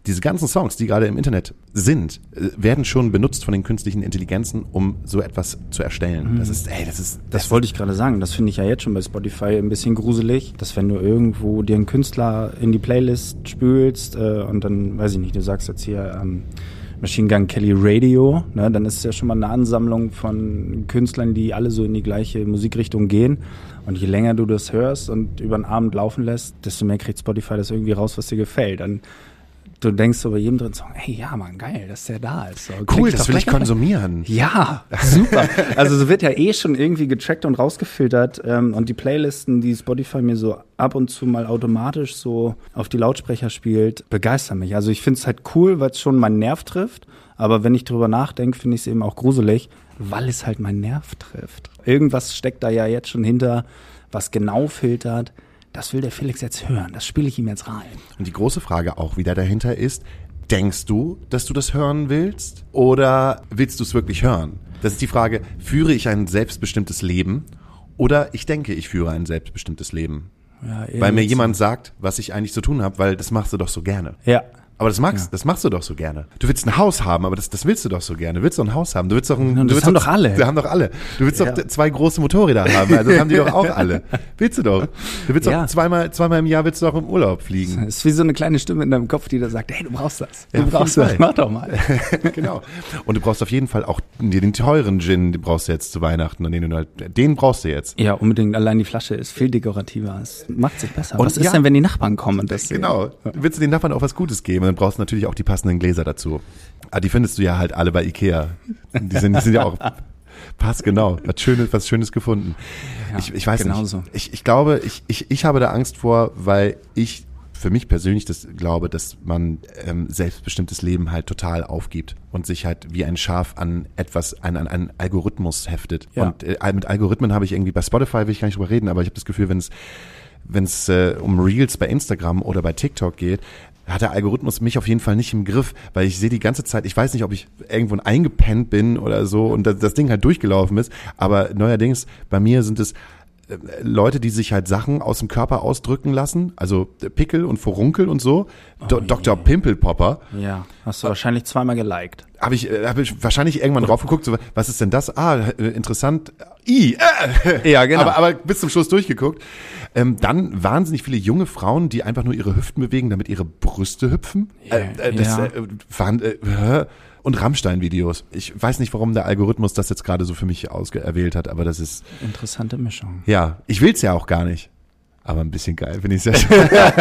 diese ganzen Songs, die gerade im Internet sind, werden schon benutzt von den künstlichen Intelligenzen, um so etwas zu erstellen. Mhm. Das ist, ey, das ist... Das, das wollte ich gerade sagen. Das finde ich ja jetzt schon bei Spotify ein bisschen gruselig, dass wenn du irgendwo dir einen Künstler in die Playlist spülst äh, und dann, weiß ich nicht, du sagst jetzt hier ähm, Machine Gun Kelly Radio, ne, dann ist es ja schon mal eine Ansammlung von Künstlern, die alle so in die gleiche Musikrichtung gehen. Und je länger du das hörst und über den Abend laufen lässt, desto mehr kriegt Spotify das irgendwie raus, was dir gefällt. Dann du denkst so bei jedem dritten Song, hey, ja, Mann, geil, dass der da ist. So, cool, das will ich konsumieren. Ja, super. Also so wird ja eh schon irgendwie getrackt und rausgefiltert. Ähm, und die Playlisten, die Spotify mir so ab und zu mal automatisch so auf die Lautsprecher spielt, begeistern mich. Also ich finde es halt cool, weil es schon meinen Nerv trifft. Aber wenn ich drüber nachdenke, finde ich es eben auch gruselig, weil es halt meinen Nerv trifft. Irgendwas steckt da ja jetzt schon hinter, was genau filtert. Das will der Felix jetzt hören, das spiele ich ihm jetzt rein. Und die große Frage auch wieder dahinter ist, denkst du, dass du das hören willst oder willst du es wirklich hören? Das ist die Frage, führe ich ein selbstbestimmtes Leben oder ich denke, ich führe ein selbstbestimmtes Leben? Ja, weil mir jemand sagt, was ich eigentlich zu tun habe, weil das machst du doch so gerne. Ja. Aber das magst, ja. das machst du doch so gerne. Du willst ein Haus haben, aber das, das willst du doch so gerne. Du willst doch ein Haus haben. Du willst doch ein, das du willst haben doch, doch alle. Das haben doch alle. Du willst ja. doch zwei große Motorräder haben. Also das haben die doch auch alle. Willst du doch. Du willst ja. doch zweimal, zweimal im Jahr willst du doch im Urlaub fliegen. Das ist wie so eine kleine Stimme in deinem Kopf, die da sagt, hey, du brauchst das. Du ja, brauchst das. Mach doch mal. Genau. Und du brauchst auf jeden Fall auch den teuren Gin, den brauchst du jetzt zu Weihnachten. Und den, du halt, den brauchst du jetzt. Ja, unbedingt. Allein die Flasche ist viel dekorativer. Es macht sich besser. Und was ist ja, denn, wenn die Nachbarn kommen und das genau. sehen? Du willst den Nachbarn auch was Gutes geben. Dann brauchst du natürlich auch die passenden Gläser dazu. Ah, die findest du ja halt alle bei Ikea. Die sind, die sind ja auch passt genau. Was Schönes, was Schönes gefunden. Ja, ich, ich weiß genau nicht. So. Ich, ich glaube, ich, ich, ich habe da Angst vor, weil ich für mich persönlich das glaube, dass man ähm, selbstbestimmtes Leben halt total aufgibt und sich halt wie ein Schaf an etwas, an, an einen Algorithmus heftet. Ja. Und äh, mit Algorithmen habe ich irgendwie, bei Spotify will ich gar nicht drüber reden, aber ich habe das Gefühl, wenn es wenn es äh, um Reels bei Instagram oder bei TikTok geht, hat der Algorithmus mich auf jeden Fall nicht im Griff, weil ich sehe die ganze Zeit, ich weiß nicht, ob ich irgendwo eingepennt bin oder so und das, das Ding halt durchgelaufen ist, aber neuerdings bei mir sind es äh, Leute, die sich halt Sachen aus dem Körper ausdrücken lassen, also Pickel und Furunkel und so, oh, Do- Doktor Pimpelpopper. Ja, hast du wahrscheinlich zweimal geliked. Habe ich, äh, hab ich wahrscheinlich irgendwann drauf geguckt, so, was ist denn das? Ah, äh, interessant. I, äh. Ja, genau. Aber, aber bis zum Schluss durchgeguckt. Ähm, dann wahnsinnig viele junge Frauen, die einfach nur ihre Hüften bewegen, damit ihre Brüste hüpfen. Ja, äh, äh, das, ja. äh, waren, äh, und Rammstein-Videos. Ich weiß nicht, warum der Algorithmus das jetzt gerade so für mich ausgewählt hat, aber das ist... Interessante Mischung. Ja, ich will's ja auch gar nicht. Aber ein bisschen geil, finde ich sehr schön.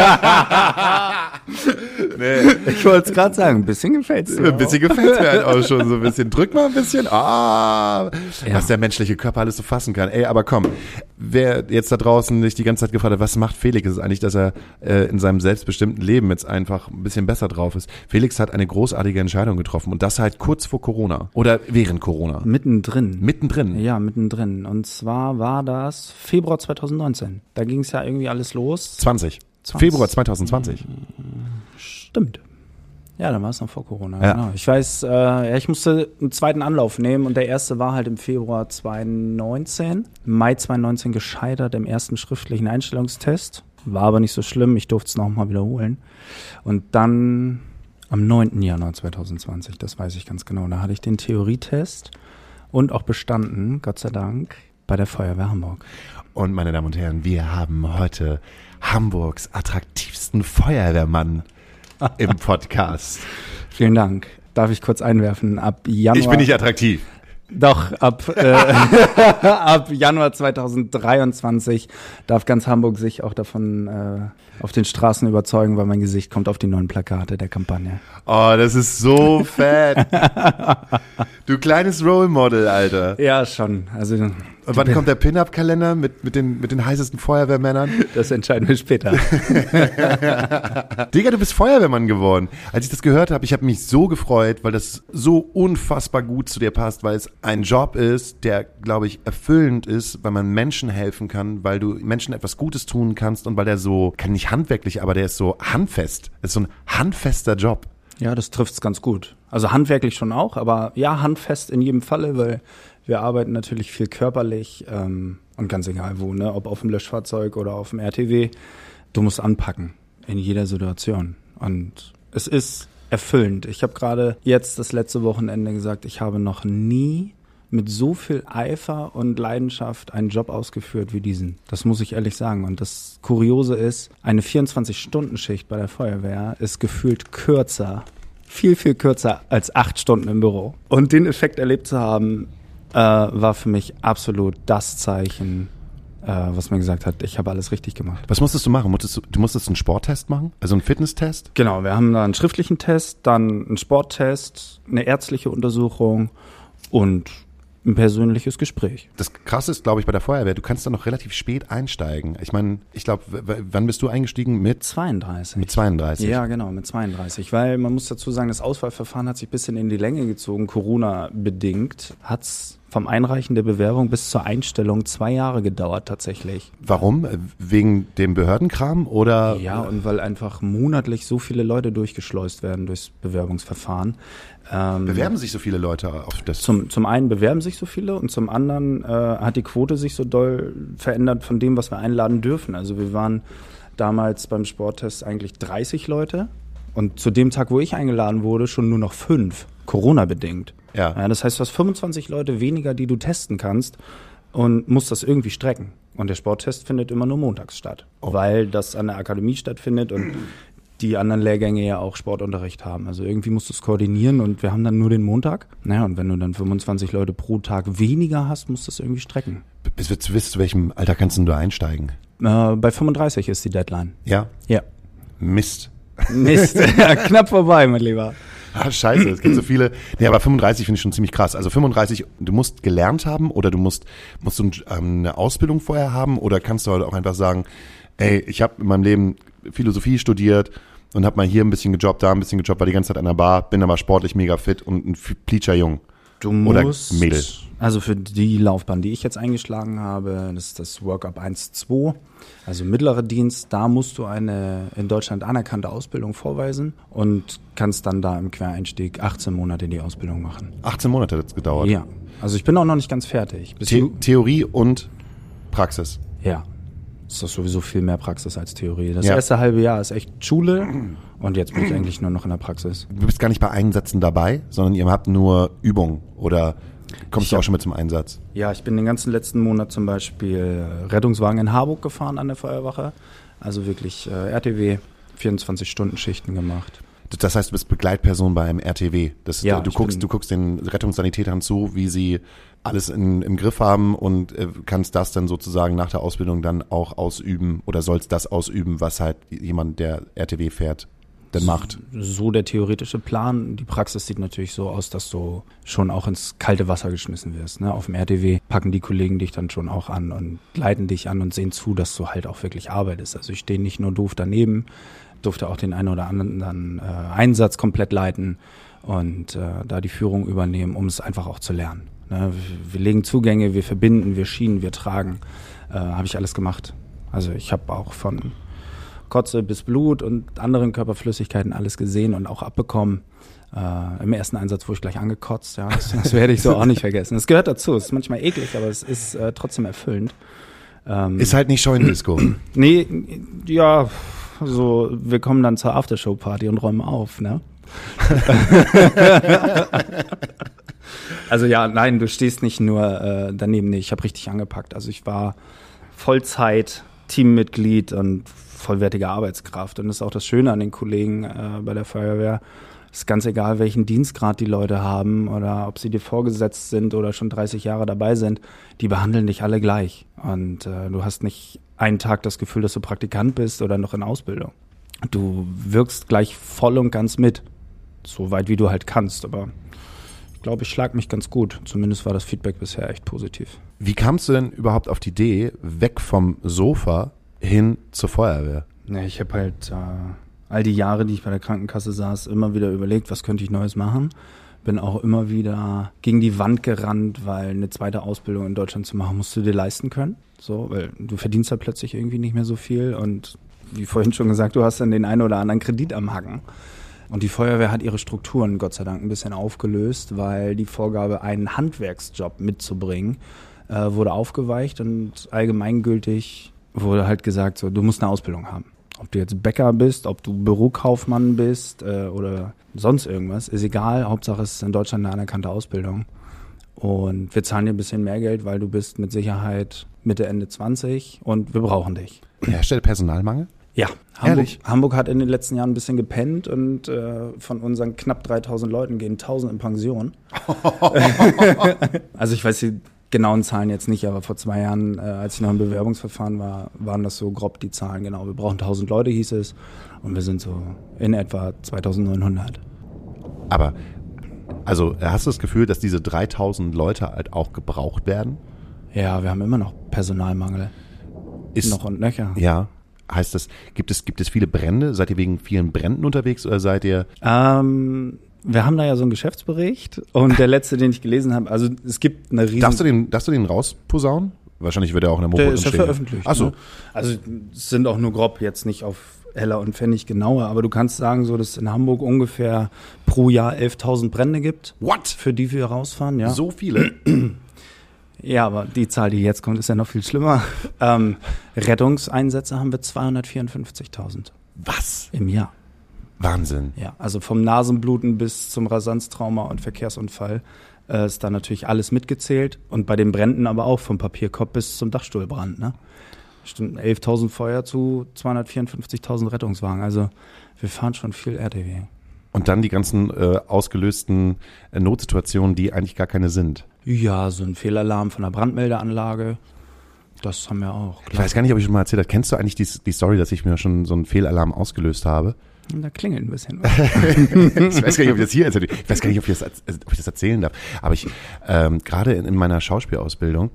Nee. Ich wollte es gerade sagen, ein bisschen gefällt's mir. Ein bisschen gefällt's mir halt auch schon so ein bisschen. Drück mal ein bisschen. Ah, ja. Was der menschliche Körper alles so fassen kann. Ey, aber komm, wer jetzt da draußen sich die ganze Zeit gefragt hat, was macht Felix, ist eigentlich, dass er äh, in seinem selbstbestimmten Leben jetzt einfach ein bisschen besser drauf ist. Felix hat eine großartige Entscheidung getroffen und das halt kurz vor Corona oder während Corona. Mittendrin. Mittendrin? Ja, mittendrin. Und zwar war das Februar zwanzig neunzehn. Da ging es ja irgendwie alles los. zwanzig. zwanzig. Februar zwanzig zwanzig. Stimmt. Ja, dann war es noch vor Corona. Ja. Genau. Ich weiß, äh, ja, ich musste einen zweiten Anlauf nehmen und der erste war halt im Februar zwanzig neunzehn. Mai zwanzig neunzehn gescheitert im ersten schriftlichen Einstellungstest. War aber nicht so schlimm, ich durfte es nochmal wiederholen. Und dann am neunten Januar zwanzig zwanzig, das weiß ich ganz genau, da hatte ich den Theorietest und auch bestanden, Gott sei Dank, bei der Feuerwehr Hamburg. Und meine Damen und Herren, wir haben heute Hamburgs attraktivsten Feuerwehrmann im Podcast. Vielen Dank. Darf ich kurz einwerfen? Ab Januar. Ich bin nicht attraktiv. Doch, ab, äh, ab Januar zwanzig dreiundzwanzig darf ganz Hamburg sich auch davon äh, auf den Straßen überzeugen, weil mein Gesicht kommt auf die neuen Plakate der Kampagne. Oh, das ist so fett. Du kleines Role Model, Alter. Ja, schon. Also, und wann kommt der Pin-Up-Kalender mit, mit, den, mit den heißesten Feuerwehrmännern? Das entscheiden wir später. Digga, du bist Feuerwehrmann geworden. Als ich das gehört habe, ich habe mich so gefreut, weil das so unfassbar gut zu dir passt, weil es ein Job ist, der, glaube ich, erfüllend ist, weil man Menschen helfen kann, weil du Menschen etwas Gutes tun kannst und weil der so, kann nicht handwerklich, aber der ist so handfest. Das ist so ein handfester Job. Ja, das trifft's ganz gut. Also handwerklich schon auch, aber ja, handfest in jedem Falle, weil wir arbeiten natürlich viel körperlich ähm, und ganz egal wo, ne, ob auf dem Löschfahrzeug oder auf dem R T W. Du musst anpacken in jeder Situation. Und es ist erfüllend. Ich habe gerade jetzt das letzte Wochenende gesagt, ich habe noch nie mit so viel Eifer und Leidenschaft einen Job ausgeführt wie diesen. Das muss ich ehrlich sagen. Und das Kuriose ist, eine vierundzwanzig-Stunden-Schicht bei der Feuerwehr ist gefühlt kürzer, viel, viel kürzer als acht Stunden im Büro. Und den Effekt erlebt zu haben, äh, war für mich absolut das Zeichen, äh, was mir gesagt hat, ich habe alles richtig gemacht. Was musstest du machen? Musstest du, du musstest einen Sporttest machen? Also einen Fitnesstest? Genau, wir haben da einen schriftlichen Test, dann einen Sporttest, eine ärztliche Untersuchung und ein persönliches Gespräch. Das Krasse ist, glaube ich, bei der Feuerwehr, du kannst da noch relativ spät einsteigen. Ich meine, ich glaube, w- wann bist du eingestiegen? Mit zweiunddreißig. Mit zweiunddreißig? Ja, genau, mit zweiunddreißig. Weil man muss dazu sagen, das Auswahlverfahren hat sich ein bisschen in die Länge gezogen, Corona-bedingt. Hat's vom Einreichen der Bewerbung bis zur Einstellung zwei Jahre gedauert tatsächlich. Warum? Wegen dem Behördenkram oder? Ja, und weil einfach monatlich so viele Leute durchgeschleust werden durchs Bewerbungsverfahren. Ähm, Bewerben sich so viele Leute auf das? Zum, zum einen bewerben sich so viele und zum anderen äh, hat die Quote sich so doll verändert von dem, was wir einladen dürfen. Also wir waren damals beim Sporttest eigentlich dreißig Leute und zu dem Tag, wo ich eingeladen wurde, schon nur noch fünf, Corona-bedingt. Ja. Ja, das heißt, du hast fünfundzwanzig Leute weniger, die du testen kannst und musst das irgendwie strecken. Und der Sporttest findet immer nur montags statt, oh. weil das an der Akademie stattfindet und die anderen Lehrgänge ja auch Sportunterricht haben. Also irgendwie musst du es koordinieren und wir haben dann nur den Montag. Naja, und wenn du dann fünfundzwanzig Leute pro Tag weniger hast, musst du es irgendwie strecken. Bis wir zu wissen, zu welchem Alter kannst denn du einsteigen? Äh, bei fünfunddreißig ist die Deadline. Ja? Ja. Mist. Mist, ja, knapp vorbei, mein Lieber. Ah, scheiße, es gibt so viele. Nee, aber fünfunddreißig finde ich schon ziemlich krass. Also fünfunddreißig, du musst gelernt haben oder du musst, musst du ähm, eine Ausbildung vorher haben oder kannst du halt auch einfach sagen, ey, ich habe in meinem Leben Philosophie studiert und habe mal hier ein bisschen gejobbt, da ein bisschen gejobbt, war die ganze Zeit an der Bar, bin aber sportlich mega fit und ein Pleacher Jung. Du oder musst, Mädel. Also für die Laufbahn, die ich jetzt eingeschlagen habe, das ist das Workup eins zwei, also mittlerer Dienst, da musst du eine in Deutschland anerkannte Ausbildung vorweisen und kannst dann da im Quereinstieg achtzehn Monate die Ausbildung machen. achtzehn Monate hat es gedauert. Ja, also ich bin auch noch nicht ganz fertig. Bis The- du- Theorie und Praxis. Ja, ist doch sowieso viel mehr Praxis als Theorie. Das Ja. erste halbe Jahr ist echt Schule und jetzt bin ich eigentlich nur noch in der Praxis. Du bist gar nicht bei Einsätzen dabei, sondern ihr habt nur Übung oder kommst Ich du auch hab- schon mit zum Einsatz? Ja, ich bin den ganzen letzten Monat zum Beispiel Rettungswagen in Harburg gefahren an der Feuerwache. Also wirklich äh, R T W, vierundzwanzig-Stunden-Schichten gemacht. Das heißt, du bist Begleitperson bei einem R T W. Das, Ja, du, ich guckst, bin- du guckst den Rettungssanitätern zu, wie sie alles in, im Griff haben und äh, kannst das dann sozusagen nach der Ausbildung dann auch ausüben oder sollst das ausüben, was halt jemand, der R T W fährt, dann macht. So der theoretische Plan. Die Praxis sieht natürlich so aus, dass du schon auch ins kalte Wasser geschmissen wirst. Ne? Auf dem R T W packen die Kollegen dich dann schon auch an und leiten dich an und sehen zu, dass du halt auch wirklich arbeitest. Also ich stehe nicht nur doof daneben, durfte auch den einen oder anderen äh, Einsatz komplett leiten und äh, da die Führung übernehmen, um es einfach auch zu lernen. Ne? Wir, wir legen Zugänge, wir verbinden, wir schienen, wir tragen. Äh, habe ich alles gemacht. Also ich habe auch von Kotze bis Blut und anderen Körperflüssigkeiten alles gesehen und auch abbekommen. Äh, Im ersten Einsatz wurde ich gleich angekotzt. Ja, das, das werde ich so auch nicht vergessen. Es gehört dazu. Es ist manchmal eklig, aber es ist äh, trotzdem erfüllend. Ähm, Ist halt nicht Scheunendisco. nee, ja, so wir kommen dann zur Aftershow-Party und räumen auf, ne? Also ja, nein, du stehst nicht nur äh, daneben. Nee, ich habe richtig angepackt. Also ich war Vollzeit Teammitglied und vollwertige Arbeitskraft. Und das ist auch das Schöne an den Kollegen äh, bei der Feuerwehr. Es ist ganz egal, welchen Dienstgrad die Leute haben oder ob sie dir vorgesetzt sind oder schon dreißig Jahre dabei sind. Die behandeln dich alle gleich. Und äh, du hast nicht einen Tag das Gefühl, dass du Praktikant bist oder noch in Ausbildung. Du wirkst gleich voll und ganz mit. So weit, wie du halt kannst. Aber ich glaube, ich schlag mich ganz gut. Zumindest war das Feedback bisher echt positiv. Wie kamst du denn überhaupt auf die Idee, weg vom Sofa hin zur Feuerwehr? Ja, ich habe halt äh, all die Jahre, die ich bei der Krankenkasse saß, immer wieder überlegt, was könnte ich Neues machen. Bin auch immer wieder gegen die Wand gerannt, weil eine zweite Ausbildung in Deutschland zu machen, musst du dir leisten können. So, weil du verdienst halt plötzlich irgendwie nicht mehr so viel und wie vorhin schon gesagt, du hast dann den einen oder anderen Kredit am Hacken. Und die Feuerwehr hat ihre Strukturen Gott sei Dank ein bisschen aufgelöst, weil die Vorgabe, einen Handwerksjob mitzubringen, äh, wurde aufgeweicht und allgemeingültig wurde halt gesagt, so, du musst eine Ausbildung haben. Ob du jetzt Bäcker bist, ob du Bürokaufmann bist äh, oder sonst irgendwas, ist egal. Hauptsache es ist in Deutschland eine anerkannte Ausbildung. Und wir zahlen dir ein bisschen mehr Geld, weil du bist mit Sicherheit Mitte, Ende zwanzig und wir brauchen dich. Herrscht Personalmangel? Ja, Hamburg, Hamburg hat in den letzten Jahren ein bisschen gepennt und äh, von unseren knapp dreitausend Leuten gehen tausend in Pension. Also ich weiß die genauen Zahlen jetzt nicht, aber vor zwei Jahren, äh, als ich noch im Bewerbungsverfahren war, waren das so grob die Zahlen. Genau, wir brauchen tausend Leute, hieß es, und wir sind so in etwa zweitausendneunhundert. Aber, also hast du das Gefühl, dass diese dreitausend Leute halt auch gebraucht werden? Ja, wir haben immer noch Personalmangel. Ist, noch und nöcher. Ja. Heißt das, gibt es, gibt es viele Brände? Seid ihr wegen vielen Bränden unterwegs oder seid ihr? Ähm, wir haben da ja so einen Geschäftsbericht und der letzte, den ich gelesen habe, also es gibt eine riesen... Darfst du den, darfst du den rausposaunen? Wahrscheinlich wird er auch in der Mopo Der ist ja stehen. veröffentlicht. Ach so. Ne? Also es sind auch nur grob jetzt nicht auf Heller und Pfennig genauer, aber du kannst sagen, so dass es in Hamburg ungefähr pro Jahr elftausend Brände gibt. What? Für die wir rausfahren, ja. So viele? Ja, aber die Zahl, die jetzt kommt, ist ja noch viel schlimmer. Ähm, Rettungseinsätze haben wir zweihundertvierundfünfzigtausend. Was? Im Jahr. Wahnsinn. Ja, also vom Nasenbluten bis zum Rasanztrauma und Verkehrsunfall äh, ist da natürlich alles mitgezählt. Und bei den Bränden aber auch vom Papierkorb bis zum Dachstuhlbrand. Ne? Stimmt, elftausend Feuer zu zweihundertvierundfünfzigtausend Rettungswagen. Also wir fahren schon viel R T W. Und dann die ganzen äh, ausgelösten äh, Notsituationen, die eigentlich gar keine sind. Ja, so ein Fehlalarm von der Brandmeldeanlage, das haben wir auch. Klar. Ich weiß gar nicht, ob ich schon mal erzählt habe. Kennst du eigentlich die, die Story, dass ich mir schon so einen Fehlalarm ausgelöst habe? Da klingelt ein bisschen. Ich weiß gar nicht, ob ich das hier erzähle. Ich weiß gar nicht, ob ich das, ob ich das erzählen darf. Aber ich, ähm, gerade in, in meiner Schauspielausbildung,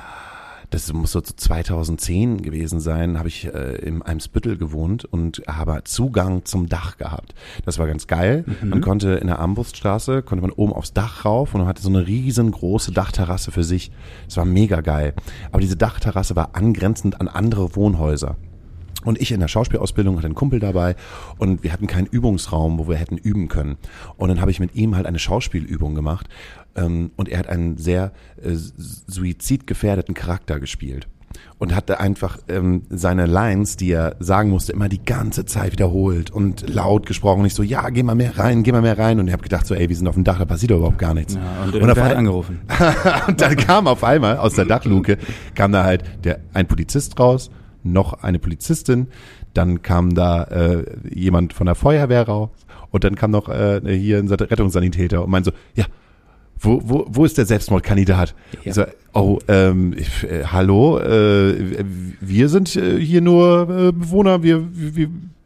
das muss so zweitausendzehn gewesen sein, habe ich äh, im Eimsbüttel gewohnt und habe Zugang zum Dach gehabt. Das war ganz geil. Mhm. Man konnte in der Armbruststraße, konnte man oben aufs Dach rauf und man hatte so eine riesengroße Dachterrasse für sich. Das war mega geil. Aber diese Dachterrasse war angrenzend an andere Wohnhäuser. Und ich in der Schauspielausbildung hatte einen Kumpel dabei und wir hatten keinen Übungsraum, wo wir hätten üben können. Und dann habe ich mit ihm halt eine Schauspielübung gemacht ähm, und er hat einen sehr äh, suizidgefährdeten Charakter gespielt. Und hatte einfach ähm, seine Lines, die er sagen musste, immer die ganze Zeit wiederholt und laut gesprochen. Und ich so, ja, geh mal mehr rein, geh mal mehr rein. Und ich habe gedacht so, ey, wir sind auf dem Dach, da passiert doch überhaupt gar nichts. Ja, und, und und er hat angerufen. Und dann kam auf einmal aus der Dachluke, kam da halt der ein Polizist raus, noch eine Polizistin, dann kam da äh, jemand von der Feuerwehr raus und dann kam noch äh, hier ein Rettungssanitäter und meinte so, ja, wo, wo, wo ist der Selbstmordkandidat? Ja. So, oh, ähm, ich, äh, hallo, äh, wir sind äh, hier nur äh, Bewohner, wir, wir,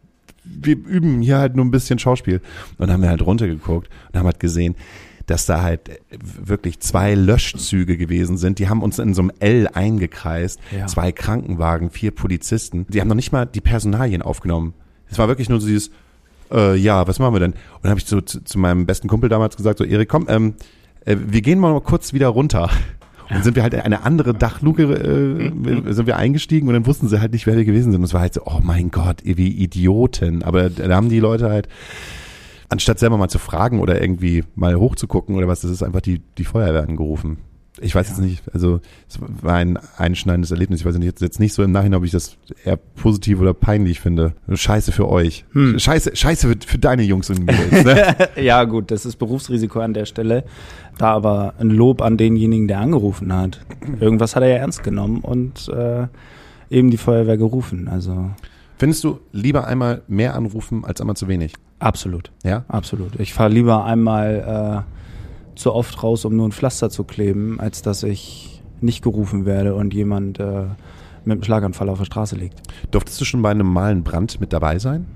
wir üben hier halt nur ein bisschen Schauspiel. Und dann haben wir halt runtergeguckt und haben halt gesehen, dass da halt wirklich zwei Löschzüge gewesen sind. Die haben uns in so einem L eingekreist. Ja. Zwei Krankenwagen, vier Polizisten. Die haben noch nicht mal die Personalien aufgenommen. Es war wirklich nur so dieses, äh, ja, was machen wir denn? Und dann habe ich so zu, zu meinem besten Kumpel damals gesagt, so Erik, komm, ähm, äh, wir gehen mal kurz wieder runter. Und dann sind wir halt in eine andere Dachluke äh, sind wir eingestiegen und dann wussten sie halt nicht, wer wir gewesen sind. Und es war halt so, oh mein Gott, wie Idioten. Aber da haben die Leute halt, anstatt selber mal zu fragen oder irgendwie mal hochzugucken oder was, das ist einfach die, die Feuerwehr angerufen. Ich weiß ja. jetzt nicht, also es war ein einschneidendes Erlebnis. Ich weiß nicht, jetzt, jetzt nicht so im Nachhinein, ob ich das eher positiv oder peinlich finde. Scheiße für euch. Hm. Scheiße, Scheiße für, für deine Jungs und Mädels. Ne? Ja gut, das ist Berufsrisiko an der Stelle. Da aber ein Lob an denjenigen, der angerufen hat. Irgendwas hat er ja ernst genommen und äh, eben die Feuerwehr gerufen. Also findest du lieber einmal mehr anrufen als einmal zu wenig? Absolut. Ja? Absolut. Ich fahre lieber einmal äh, zu oft raus, um nur ein Pflaster zu kleben, als dass ich nicht gerufen werde und jemand äh, mit einem Schlaganfall auf der Straße liegt. Durftest du schon bei einem normalen Brand mit dabei sein?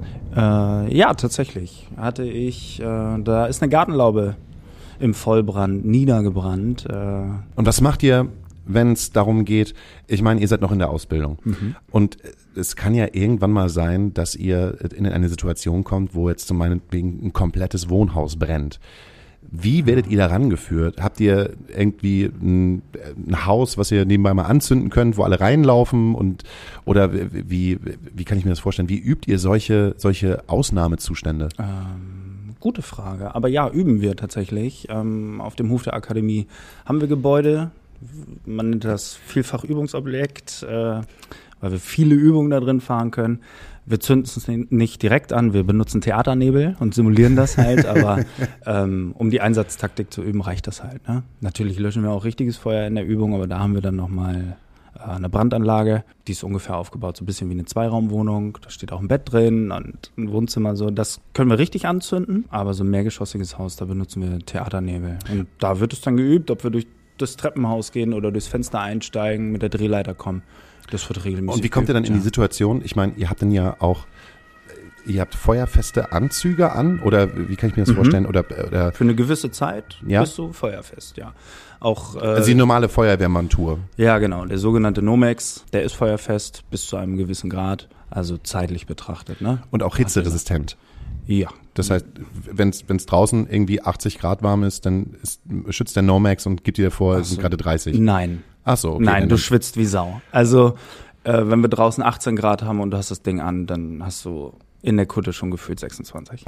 Äh, ja, tatsächlich. Hatte ich, äh, da ist eine Gartenlaube im Vollbrand niedergebrannt. Äh. Und was macht ihr, wenn es darum geht, ich meine, ihr seid noch in der Ausbildung mhm. und es kann ja irgendwann mal sein, dass ihr in eine Situation kommt, wo jetzt zum meinetwegen ein komplettes Wohnhaus brennt. Wie werdet ihr da rangeführt? Habt ihr irgendwie ein, ein Haus, was ihr nebenbei mal anzünden könnt, wo alle reinlaufen und oder wie, wie kann ich mir das vorstellen? Wie übt ihr solche, solche Ausnahmezustände? Ähm, gute Frage. Aber ja, üben wir tatsächlich. Ähm, auf dem Hof der Akademie haben wir Gebäude. Man nennt das Vielfachübungsobjekt, äh, weil wir viele Übungen da drin fahren können. Wir zünden es nicht direkt an, wir benutzen Theaternebel und simulieren das halt, aber ähm, um die Einsatztaktik zu üben, reicht das halt. Ne? Natürlich löschen wir auch richtiges Feuer in der Übung, aber da haben wir dann nochmal äh, eine Brandanlage, die ist ungefähr aufgebaut, so ein bisschen wie eine Zweiraumwohnung, da steht auch ein Bett drin und ein Wohnzimmer, so. Das können wir richtig anzünden, aber so ein mehrgeschossiges Haus, da benutzen wir Theaternebel. Und da wird es dann geübt, ob wir durch das Treppenhaus gehen oder durchs Fenster einsteigen, mit der Drehleiter kommen. Das wird regelmäßig. Und wie kommt ihr dann in die Situation? Ich meine, ihr habt dann ja auch, ihr habt feuerfeste Anzüge an oder wie kann ich mir das mhm. vorstellen? Oder, oder für eine gewisse Zeit ja? bist du feuerfest, ja. Auch, äh, also die normale Feuerwehrmontur. Ja, genau. Der sogenannte Nomex, der ist feuerfest bis zu einem gewissen Grad, also zeitlich betrachtet. Ne? Und auch hitzeresistent. Ja. Das heißt, wenn es draußen irgendwie achtzig Grad warm ist, dann ist, schützt der Nomex und gibt dir vor, es sind gerade dreißig. Nein. Ach so, okay. Nein, du schwitzt wie Sau. Also, äh, wenn wir draußen achtzehn Grad haben und du hast das Ding an, dann hast du in der Kutte schon gefühlt sechsundzwanzig.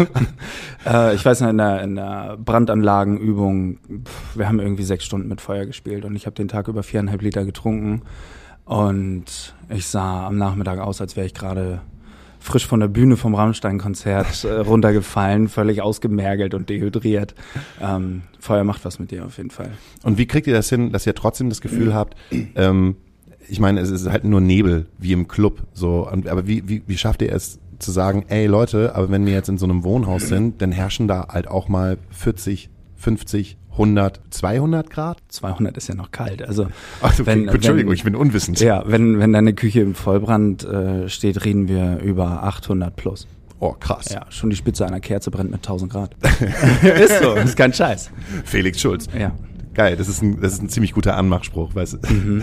äh, ich weiß noch, in der, in der Brandanlagenübung, pff, wir haben irgendwie sechs Stunden mit Feuer gespielt und ich habe den Tag über viereinhalb Liter getrunken und ich sah am Nachmittag aus, als wäre ich gerade frisch von der Bühne vom Rammstein-Konzert äh, runtergefallen, völlig ausgemergelt und dehydriert. Ähm, Feuer macht was mit dir auf jeden Fall. Und wie kriegt ihr das hin, dass ihr trotzdem das Gefühl habt, ähm, ich meine, es ist halt nur Nebel, wie im Club, so, aber wie, wie, wie schafft ihr es zu sagen, ey Leute, aber wenn wir jetzt in so einem Wohnhaus sind, dann herrschen da halt auch mal vierzig, fünfzig, hundert, zweihundert Grad? zweihundert ist ja noch kalt. Also Ach, okay. wenn, Entschuldigung, wenn, ich bin unwissend. Ja, wenn wenn deine Küche im Vollbrand äh, steht, reden wir über achthundert plus. Oh, krass. Ja, schon die Spitze einer Kerze brennt mit tausend Grad. Ist so, ist kein Scheiß. Felix Schulz. Ja. Geil, das ist ein, das ist ein ziemlich guter Anmachspruch, weißt du. Mhm.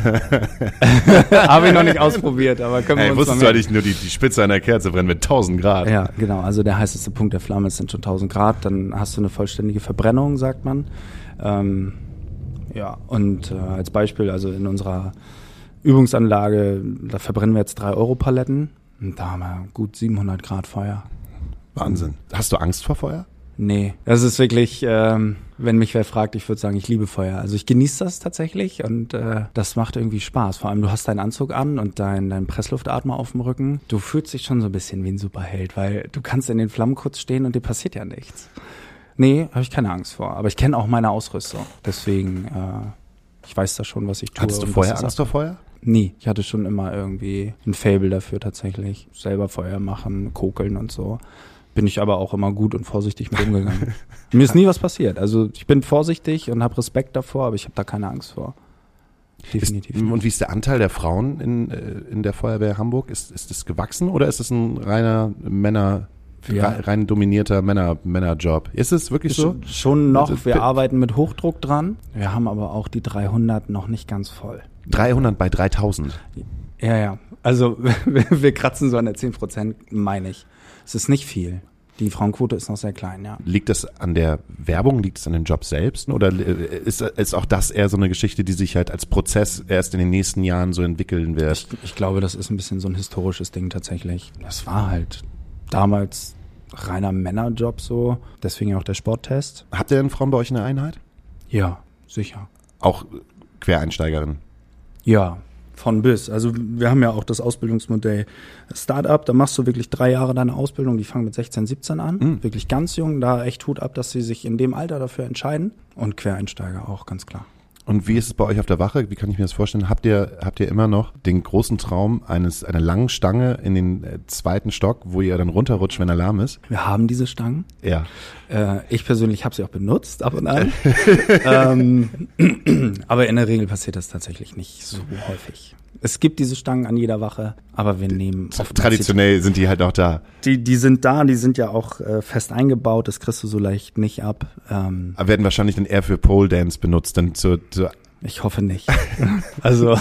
Habe ich noch nicht ausprobiert, aber können wir Ey, uns wusstest mal du eigentlich nur, die, die Spitze einer Kerze brennt mit tausend Grad? Ja, genau. Also der heißeste Punkt der Flamme sind schon tausend Grad. Dann hast du eine vollständige Verbrennung, sagt man. Ähm, ja, und äh, als Beispiel, also in unserer Übungsanlage, da verbrennen wir jetzt drei Euro Paletten. Und da haben wir gut siebenhundert Grad Feuer. Wahnsinn. Hast du Angst vor Feuer? Nee, das ist wirklich, ähm, wenn mich wer fragt, ich würde sagen, ich liebe Feuer. Also ich genieße das tatsächlich und äh, das macht irgendwie Spaß. Vor allem, du hast deinen Anzug an und deinen dein Pressluftatmer auf dem Rücken. Du fühlst dich schon so ein bisschen wie ein Superheld, weil du kannst in den Flammen kurz stehen und dir passiert ja nichts. Nee, habe ich keine Angst vor. Aber ich kenne auch meine Ausrüstung. Deswegen, äh, ich weiß da schon, was ich tue. Hattest du vorher Angst vor Feuer? Nie. Ich hatte schon immer irgendwie ein Faible dafür tatsächlich. Selber Feuer machen, kokeln und so. Bin ich aber auch immer gut und vorsichtig mit umgegangen. Mir ist nie was passiert. Also ich bin vorsichtig und habe Respekt davor, aber ich habe da keine Angst vor. Definitiv. Ist, und wie ist der Anteil der Frauen in, in der Feuerwehr Hamburg? Ist, ist das gewachsen oder ist es ein reiner Männer, ja. rein dominierter Männer, Männerjob? Ist es wirklich so? Schon noch. Also, wir arbeiten mit Hochdruck dran. Wir haben aber auch die dreihundert noch nicht ganz voll. dreihundert bei dreitausend? Ja, ja. Also wir kratzen so an der zehn Prozent, meine ich. Es ist nicht viel. Die Frauenquote ist noch sehr klein, ja. Liegt das an der Werbung, liegt es an dem Job selbst? Oder ist, ist auch das eher so eine Geschichte, die sich halt als Prozess erst in den nächsten Jahren so entwickeln wird? Ich, ich glaube, das ist ein bisschen so ein historisches Ding tatsächlich. Das war halt damals reiner Männerjob so, deswegen auch der Sporttest. Habt ihr denn Frauen bei euch in der Einheit? Ja, sicher. Auch Quereinsteigerinnen? Ja, von bis. Also wir haben ja auch das Ausbildungsmodell Startup, da machst du wirklich drei Jahre deine Ausbildung, die fangen mit sechzehn, siebzehn an, mhm. wirklich ganz jung, da echt Hut ab, dass sie sich in dem Alter dafür entscheiden und Quereinsteiger auch, ganz klar. Und wie ist es bei euch auf der Wache? Wie kann ich mir das vorstellen? Habt ihr, habt ihr immer noch den großen Traum eines, einer langen Stange in den äh, zweiten Stock, wo ihr dann runterrutscht, wenn Alarm ist? Wir haben diese Stangen. Ja. Äh, ich persönlich habe sie auch benutzt, ab und an. ähm, aber in der Regel passiert das tatsächlich nicht so häufig. Es gibt diese Stangen an jeder Wache, aber wir nehmen oft traditionell sind die halt auch da. Die, die sind da, die sind ja auch äh, fest eingebaut, das kriegst du so leicht nicht ab. Ähm, aber werden wahrscheinlich dann eher für Pole Dance benutzt, dann zur, zur ich hoffe nicht. Also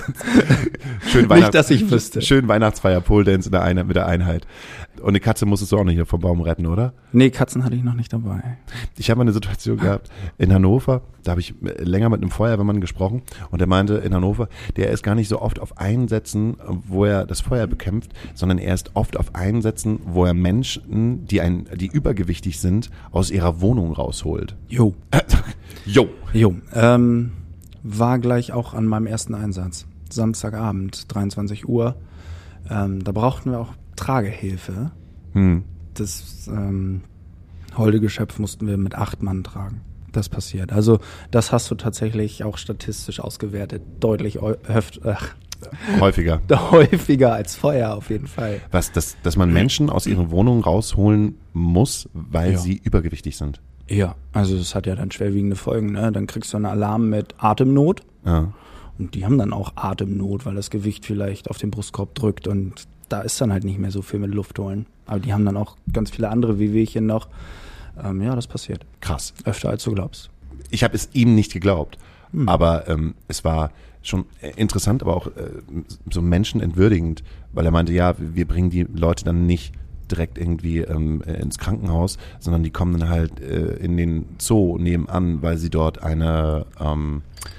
schön nicht, dass ich wüsste. Schön Weihnachtsfeier Pole Dance in der Einheit, mit der Einheit. Und eine Katze musstest du auch nicht hier vom Baum retten, oder? Nee, Katzen hatte ich noch nicht dabei. Ich habe mal eine Situation gehabt in Hannover, da habe ich länger mit einem Feuerwehrmann gesprochen und der meinte in Hannover, der ist gar nicht so oft auf Einsätzen, wo er das Feuer bekämpft, sondern er ist oft auf Einsätzen, wo er Menschen, die ein, die übergewichtig sind, aus ihrer Wohnung rausholt. Jo. Jo. Jo. Ähm, war gleich auch an meinem ersten Einsatz. Samstagabend, dreiundzwanzig Uhr. Ähm, da brauchten wir auch Tragehilfe. Hm. Das ähm, holde Geschöpf mussten wir mit acht Mann tragen. Das passiert. Also das hast du tatsächlich auch statistisch ausgewertet. Deutlich eu- höft, ach, Häufiger. häufiger als vorher auf jeden Fall. Was, dass, dass man Menschen aus ihren Wohnungen rausholen muss, weil Ja. sie übergewichtig sind. Ja, also das hat ja dann schwerwiegende Folgen. Ne? Dann kriegst du einen Alarm mit Atemnot. Ja. Und die haben dann auch Atemnot, weil das Gewicht vielleicht auf den Brustkorb drückt und da ist dann halt nicht mehr so viel mit Luft holen. Aber die haben dann auch ganz viele andere Wehwehchen noch. Ähm, ja, das passiert. Krass. Öfter als du glaubst. Ich habe es ihm nicht geglaubt, Hm. aber ähm, es war schon interessant, aber auch äh, so menschenentwürdigend, weil er meinte, ja, wir bringen die Leute dann nicht direkt irgendwie ähm, ins Krankenhaus, sondern die kommen dann halt äh, in den Zoo nebenan, weil sie dort eine, ähm,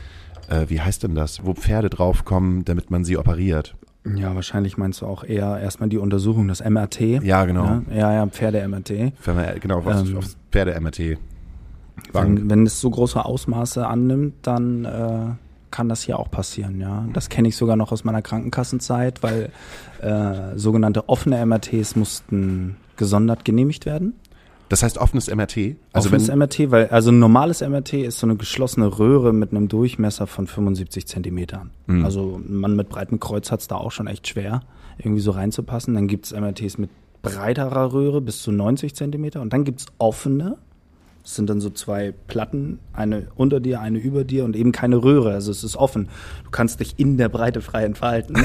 äh, wie heißt denn das, wo Pferde draufkommen, damit man sie operiert. Ja, wahrscheinlich meinst du auch eher erstmal die Untersuchung, das M R T. Ja, genau. Ne? Ja, ja, Pferde-M R T. Wenn man, genau, aufs, Ähm, aufs Pferde-M R T. Wenn, wenn es so große Ausmaße annimmt, dann äh, kann das hier auch passieren, ja. Das kenne ich sogar noch aus meiner Krankenkassenzeit, weil äh, sogenannte offene M R Ts mussten gesondert genehmigt werden. Das heißt offenes M R T? Also Offenes wenn, M R T, weil also ein normales M R T ist so eine geschlossene Röhre mit einem Durchmesser von fünfundsiebzig Zentimetern. Mhm. Also ein Mann mit breitem Kreuz hat es da auch schon echt schwer, irgendwie so reinzupassen. Dann gibt es M R Ts mit breiterer Röhre bis zu neunzig Zentimeter und dann gibt es offene. Das sind dann so zwei Platten, eine unter dir, eine über dir und eben keine Röhre. Also es ist offen. Du kannst dich in der Breite frei entfalten.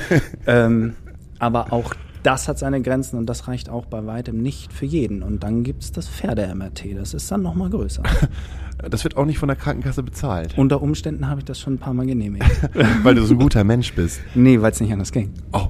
ähm, aber auch das hat seine Grenzen und das reicht auch bei weitem nicht für jeden. Und dann gibt es das Pferde-M R T. Das ist dann nochmal größer. das wird auch nicht von der Krankenkasse bezahlt, Unter Umständen habe ich das schon ein paar Mal genehmigt. weil du so ein guter Mensch bist. Nee, weil es nicht anders ging. Oh.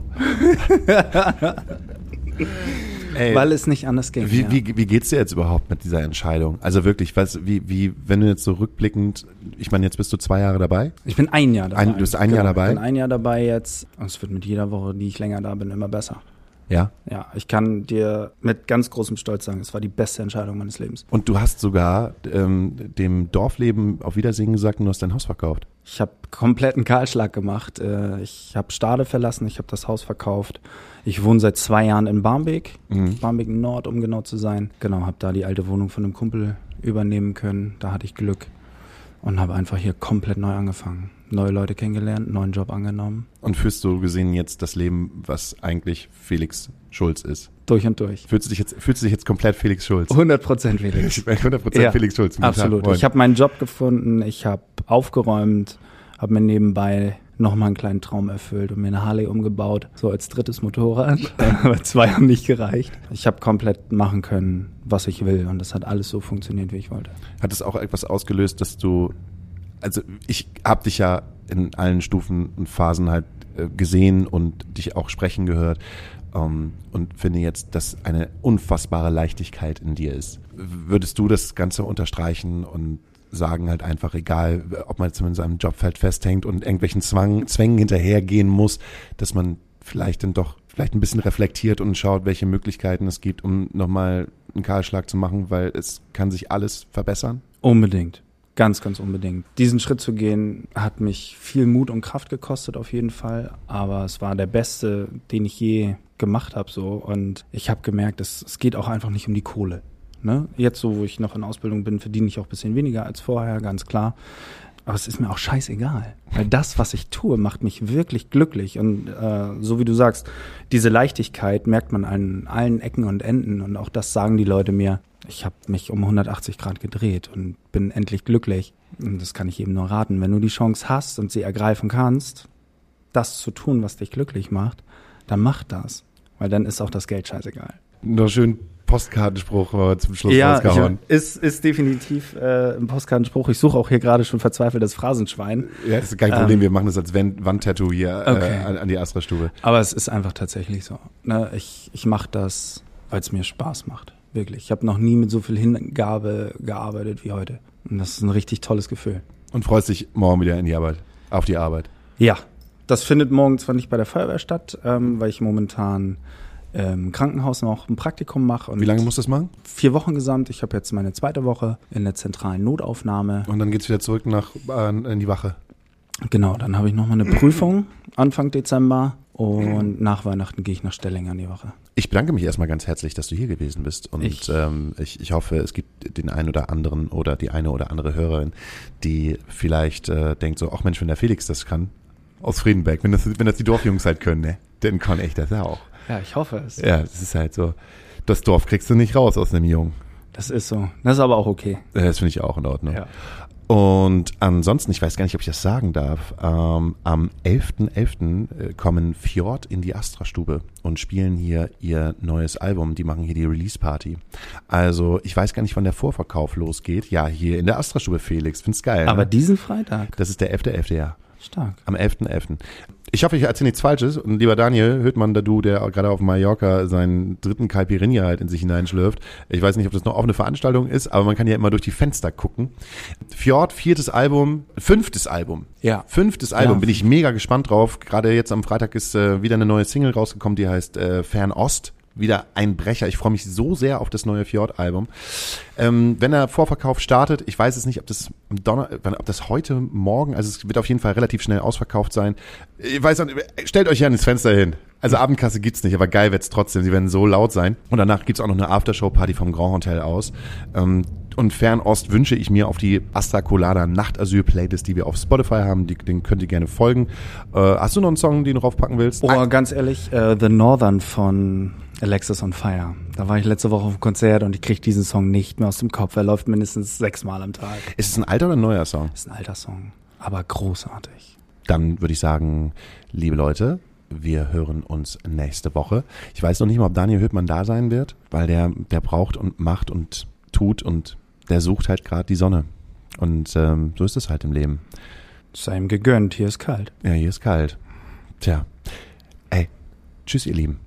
Ey, Weil es nicht anders ging. wie, ja. wie, wie geht's dir jetzt überhaupt mit dieser Entscheidung? Also wirklich, was, wie, wie, wenn du jetzt so rückblickend, ich meine, jetzt bist du zwei Jahre dabei? Ich bin ein Jahr dabei. Ein- du bist ein Jahr dabei? Ich bin ein Jahr dabei jetzt. Und es wird mit jeder Woche, die ich länger da bin, immer besser. Ja. Ja, ich kann dir mit ganz großem Stolz sagen, es war die beste Entscheidung meines Lebens. Und du hast sogar ähm, dem Dorfleben auf Wiedersehen gesagt und du hast dein Haus verkauft. Ich habe kompletten Kahlschlag gemacht. Äh, Ich habe Stade verlassen, ich habe das Haus verkauft. Ich wohne seit zwei Jahren in Barmbek, Mhm. Barmbek Nord, um genau zu sein. Genau, habe da die alte Wohnung von einem Kumpel übernehmen können. Da hatte ich Glück und habe einfach hier komplett neu angefangen. Neue Leute kennengelernt, neuen Job angenommen. Und führst du gesehen jetzt das Leben, was eigentlich Felix Schulz ist? Durch und durch. Fühlst du dich jetzt, fühlst du dich jetzt komplett Felix Schulz? hundert Prozent Felix. Ich bin hundert Prozent Ja, Felix Schulz. Guten Absolut. Tag, moin. Ich habe meinen Job gefunden, ich habe aufgeräumt, habe mir nebenbei nochmal einen kleinen Traum erfüllt und mir eine Harley umgebaut, so als drittes Motorrad. Aber zwei haben nicht gereicht. Ich habe komplett machen können, was ich will und das hat alles so funktioniert, wie ich wollte. Hat es auch etwas ausgelöst, dass du, also ich habe dich ja in allen Stufen und Phasen halt äh, gesehen und dich auch sprechen gehört ähm, und finde jetzt, dass eine unfassbare Leichtigkeit in dir ist. Würdest du das Ganze unterstreichen und sagen halt einfach, egal, ob man zumindest am Jobfeld festhängt und irgendwelchen Zwang, Zwängen hinterhergehen muss, dass man vielleicht dann doch vielleicht ein bisschen reflektiert und schaut, welche Möglichkeiten es gibt, um nochmal einen Kahlschlag zu machen, weil es kann sich alles verbessern? Unbedingt. Ganz, ganz unbedingt. Diesen Schritt zu gehen, hat mich viel Mut und Kraft gekostet auf jeden Fall, aber es war der beste, den ich je gemacht habe so und ich habe gemerkt, es, es geht auch einfach nicht um die Kohle. Ne? Jetzt so, wo ich noch in Ausbildung bin, verdiene ich auch ein bisschen weniger als vorher, ganz klar. Aber es ist mir auch scheißegal, weil das, was ich tue, macht mich wirklich glücklich. Und äh, so wie du sagst, diese Leichtigkeit merkt man an allen Ecken und Enden. Und auch das sagen die Leute mir. Ich habe mich um hundertachtzig Grad gedreht und bin endlich glücklich. Und das kann ich jedem nur raten. Wenn du die Chance hast und sie ergreifen kannst, das zu tun, was dich glücklich macht, dann mach das. Weil dann ist auch das Geld scheißegal. Noch schön Postkartenspruch war zum Schluss Ja, rausgehauen. ich, ist, ist definitiv äh, ein Postkartenspruch. Ich suche auch hier gerade schon verzweifelt das Phrasenschwein. Ja, das ist kein Problem. Wir machen das als Wand- Wandtattoo hier Okay. äh, an, an die Astra-Stube. Aber es ist einfach tatsächlich so. Ne? Ich, ich mache das, weil es mir Spaß macht. Wirklich. Ich habe noch nie mit so viel Hingabe gearbeitet wie heute. Und das ist ein richtig tolles Gefühl. Und freust dich morgen wieder in die Arbeit, auf die Arbeit. Ja, das findet morgen zwar nicht bei der Feuerwehr statt, ähm, weil ich momentan im Krankenhaus noch ein Praktikum mache. Und Wie lange musst du das machen? Vier Wochen gesamt. Ich habe jetzt meine zweite Woche in der zentralen Notaufnahme. Und dann geht's wieder zurück nach äh, in die Wache. Genau, dann habe ich nochmal eine Prüfung Anfang Dezember und nach Weihnachten gehe ich nach Stellingern die Woche. Ich bedanke mich erstmal ganz herzlich, dass du hier gewesen bist und Ich- ähm, ich, ich hoffe, es gibt den einen oder anderen oder die eine oder andere Hörerin, die vielleicht äh, denkt so, ach Mensch, wenn der Felix das kann, aus Friedenberg, wenn das, wenn das die Dorfjungs halt können, ne, dann kann ich das auch. Ja, ich hoffe es. Ja, das ist halt so, das Dorf kriegst du nicht raus aus einem Jungen. Das ist so. Das ist aber auch okay. Das finde ich auch in Ordnung. Ja. Und ansonsten, ich weiß gar nicht, ob ich das sagen darf, ähm, am elften elften kommen Fjord in die Astra-Stube und spielen hier ihr neues Album. Die machen hier die Release-Party. Also ich weiß gar nicht, wann der Vorverkauf losgeht. Ja, hier in der Astra-Stube, Felix. Find's geil. Aber ne? diesen Freitag. Das ist der elfte elfte ja. Stark. Am elften elften Ich hoffe, ich erzähle nichts Falsches. Und lieber Daniel, hört man da du, der gerade auf Mallorca seinen dritten Caipirinha halt in sich hineinschlürft. Ich weiß nicht, ob das noch offene Veranstaltung ist, aber man kann ja immer durch die Fenster gucken. Fjord, viertes Album, fünftes Album. Ja. Fünftes Album, Ja. bin ich mega gespannt drauf. Gerade jetzt am Freitag ist äh, wieder eine neue Single rausgekommen, die heißt äh, Fernost. Wieder ein Brecher. Ich freue mich so sehr auf das neue Fjord-Album. Ähm, wenn der Vorverkauf startet, ich weiß es nicht, ob das am Donner, ob das heute, morgen, also es wird auf jeden Fall relativ schnell ausverkauft sein. Ich weiß nicht, stellt euch ja ans Fenster hin. Also Abendkasse gibt's nicht, aber geil wird's trotzdem. Sie werden so laut sein. Und danach gibt's auch noch eine Aftershow-Party vom Grand Hotel aus. Ähm, und Fernost wünsche ich mir auf die Astra Colada Nachtasyl-Playlist, die wir auf Spotify haben. Die, den könnt ihr gerne folgen. Äh, hast du noch einen Song, den du draufpacken willst? Oh, ganz ehrlich, äh, The Northern von Alexis on Fire. Da war ich letzte Woche auf dem Konzert und ich kriege diesen Song nicht mehr aus dem Kopf. Er läuft mindestens sechsmal am Tag. Ist es ein alter oder ein neuer Song? Ist ein alter Song, aber großartig. Dann würde ich sagen, liebe Leute, wir hören uns nächste Woche. Ich weiß noch nicht mal, ob Daniel Hüttmann da sein wird, weil der, der braucht und macht und tut und der sucht halt gerade die Sonne. Und ähm, so ist es halt im Leben. Sei ihm gegönnt, hier ist kalt. Ja, hier ist kalt. Tja. Ey, tschüss ihr Lieben.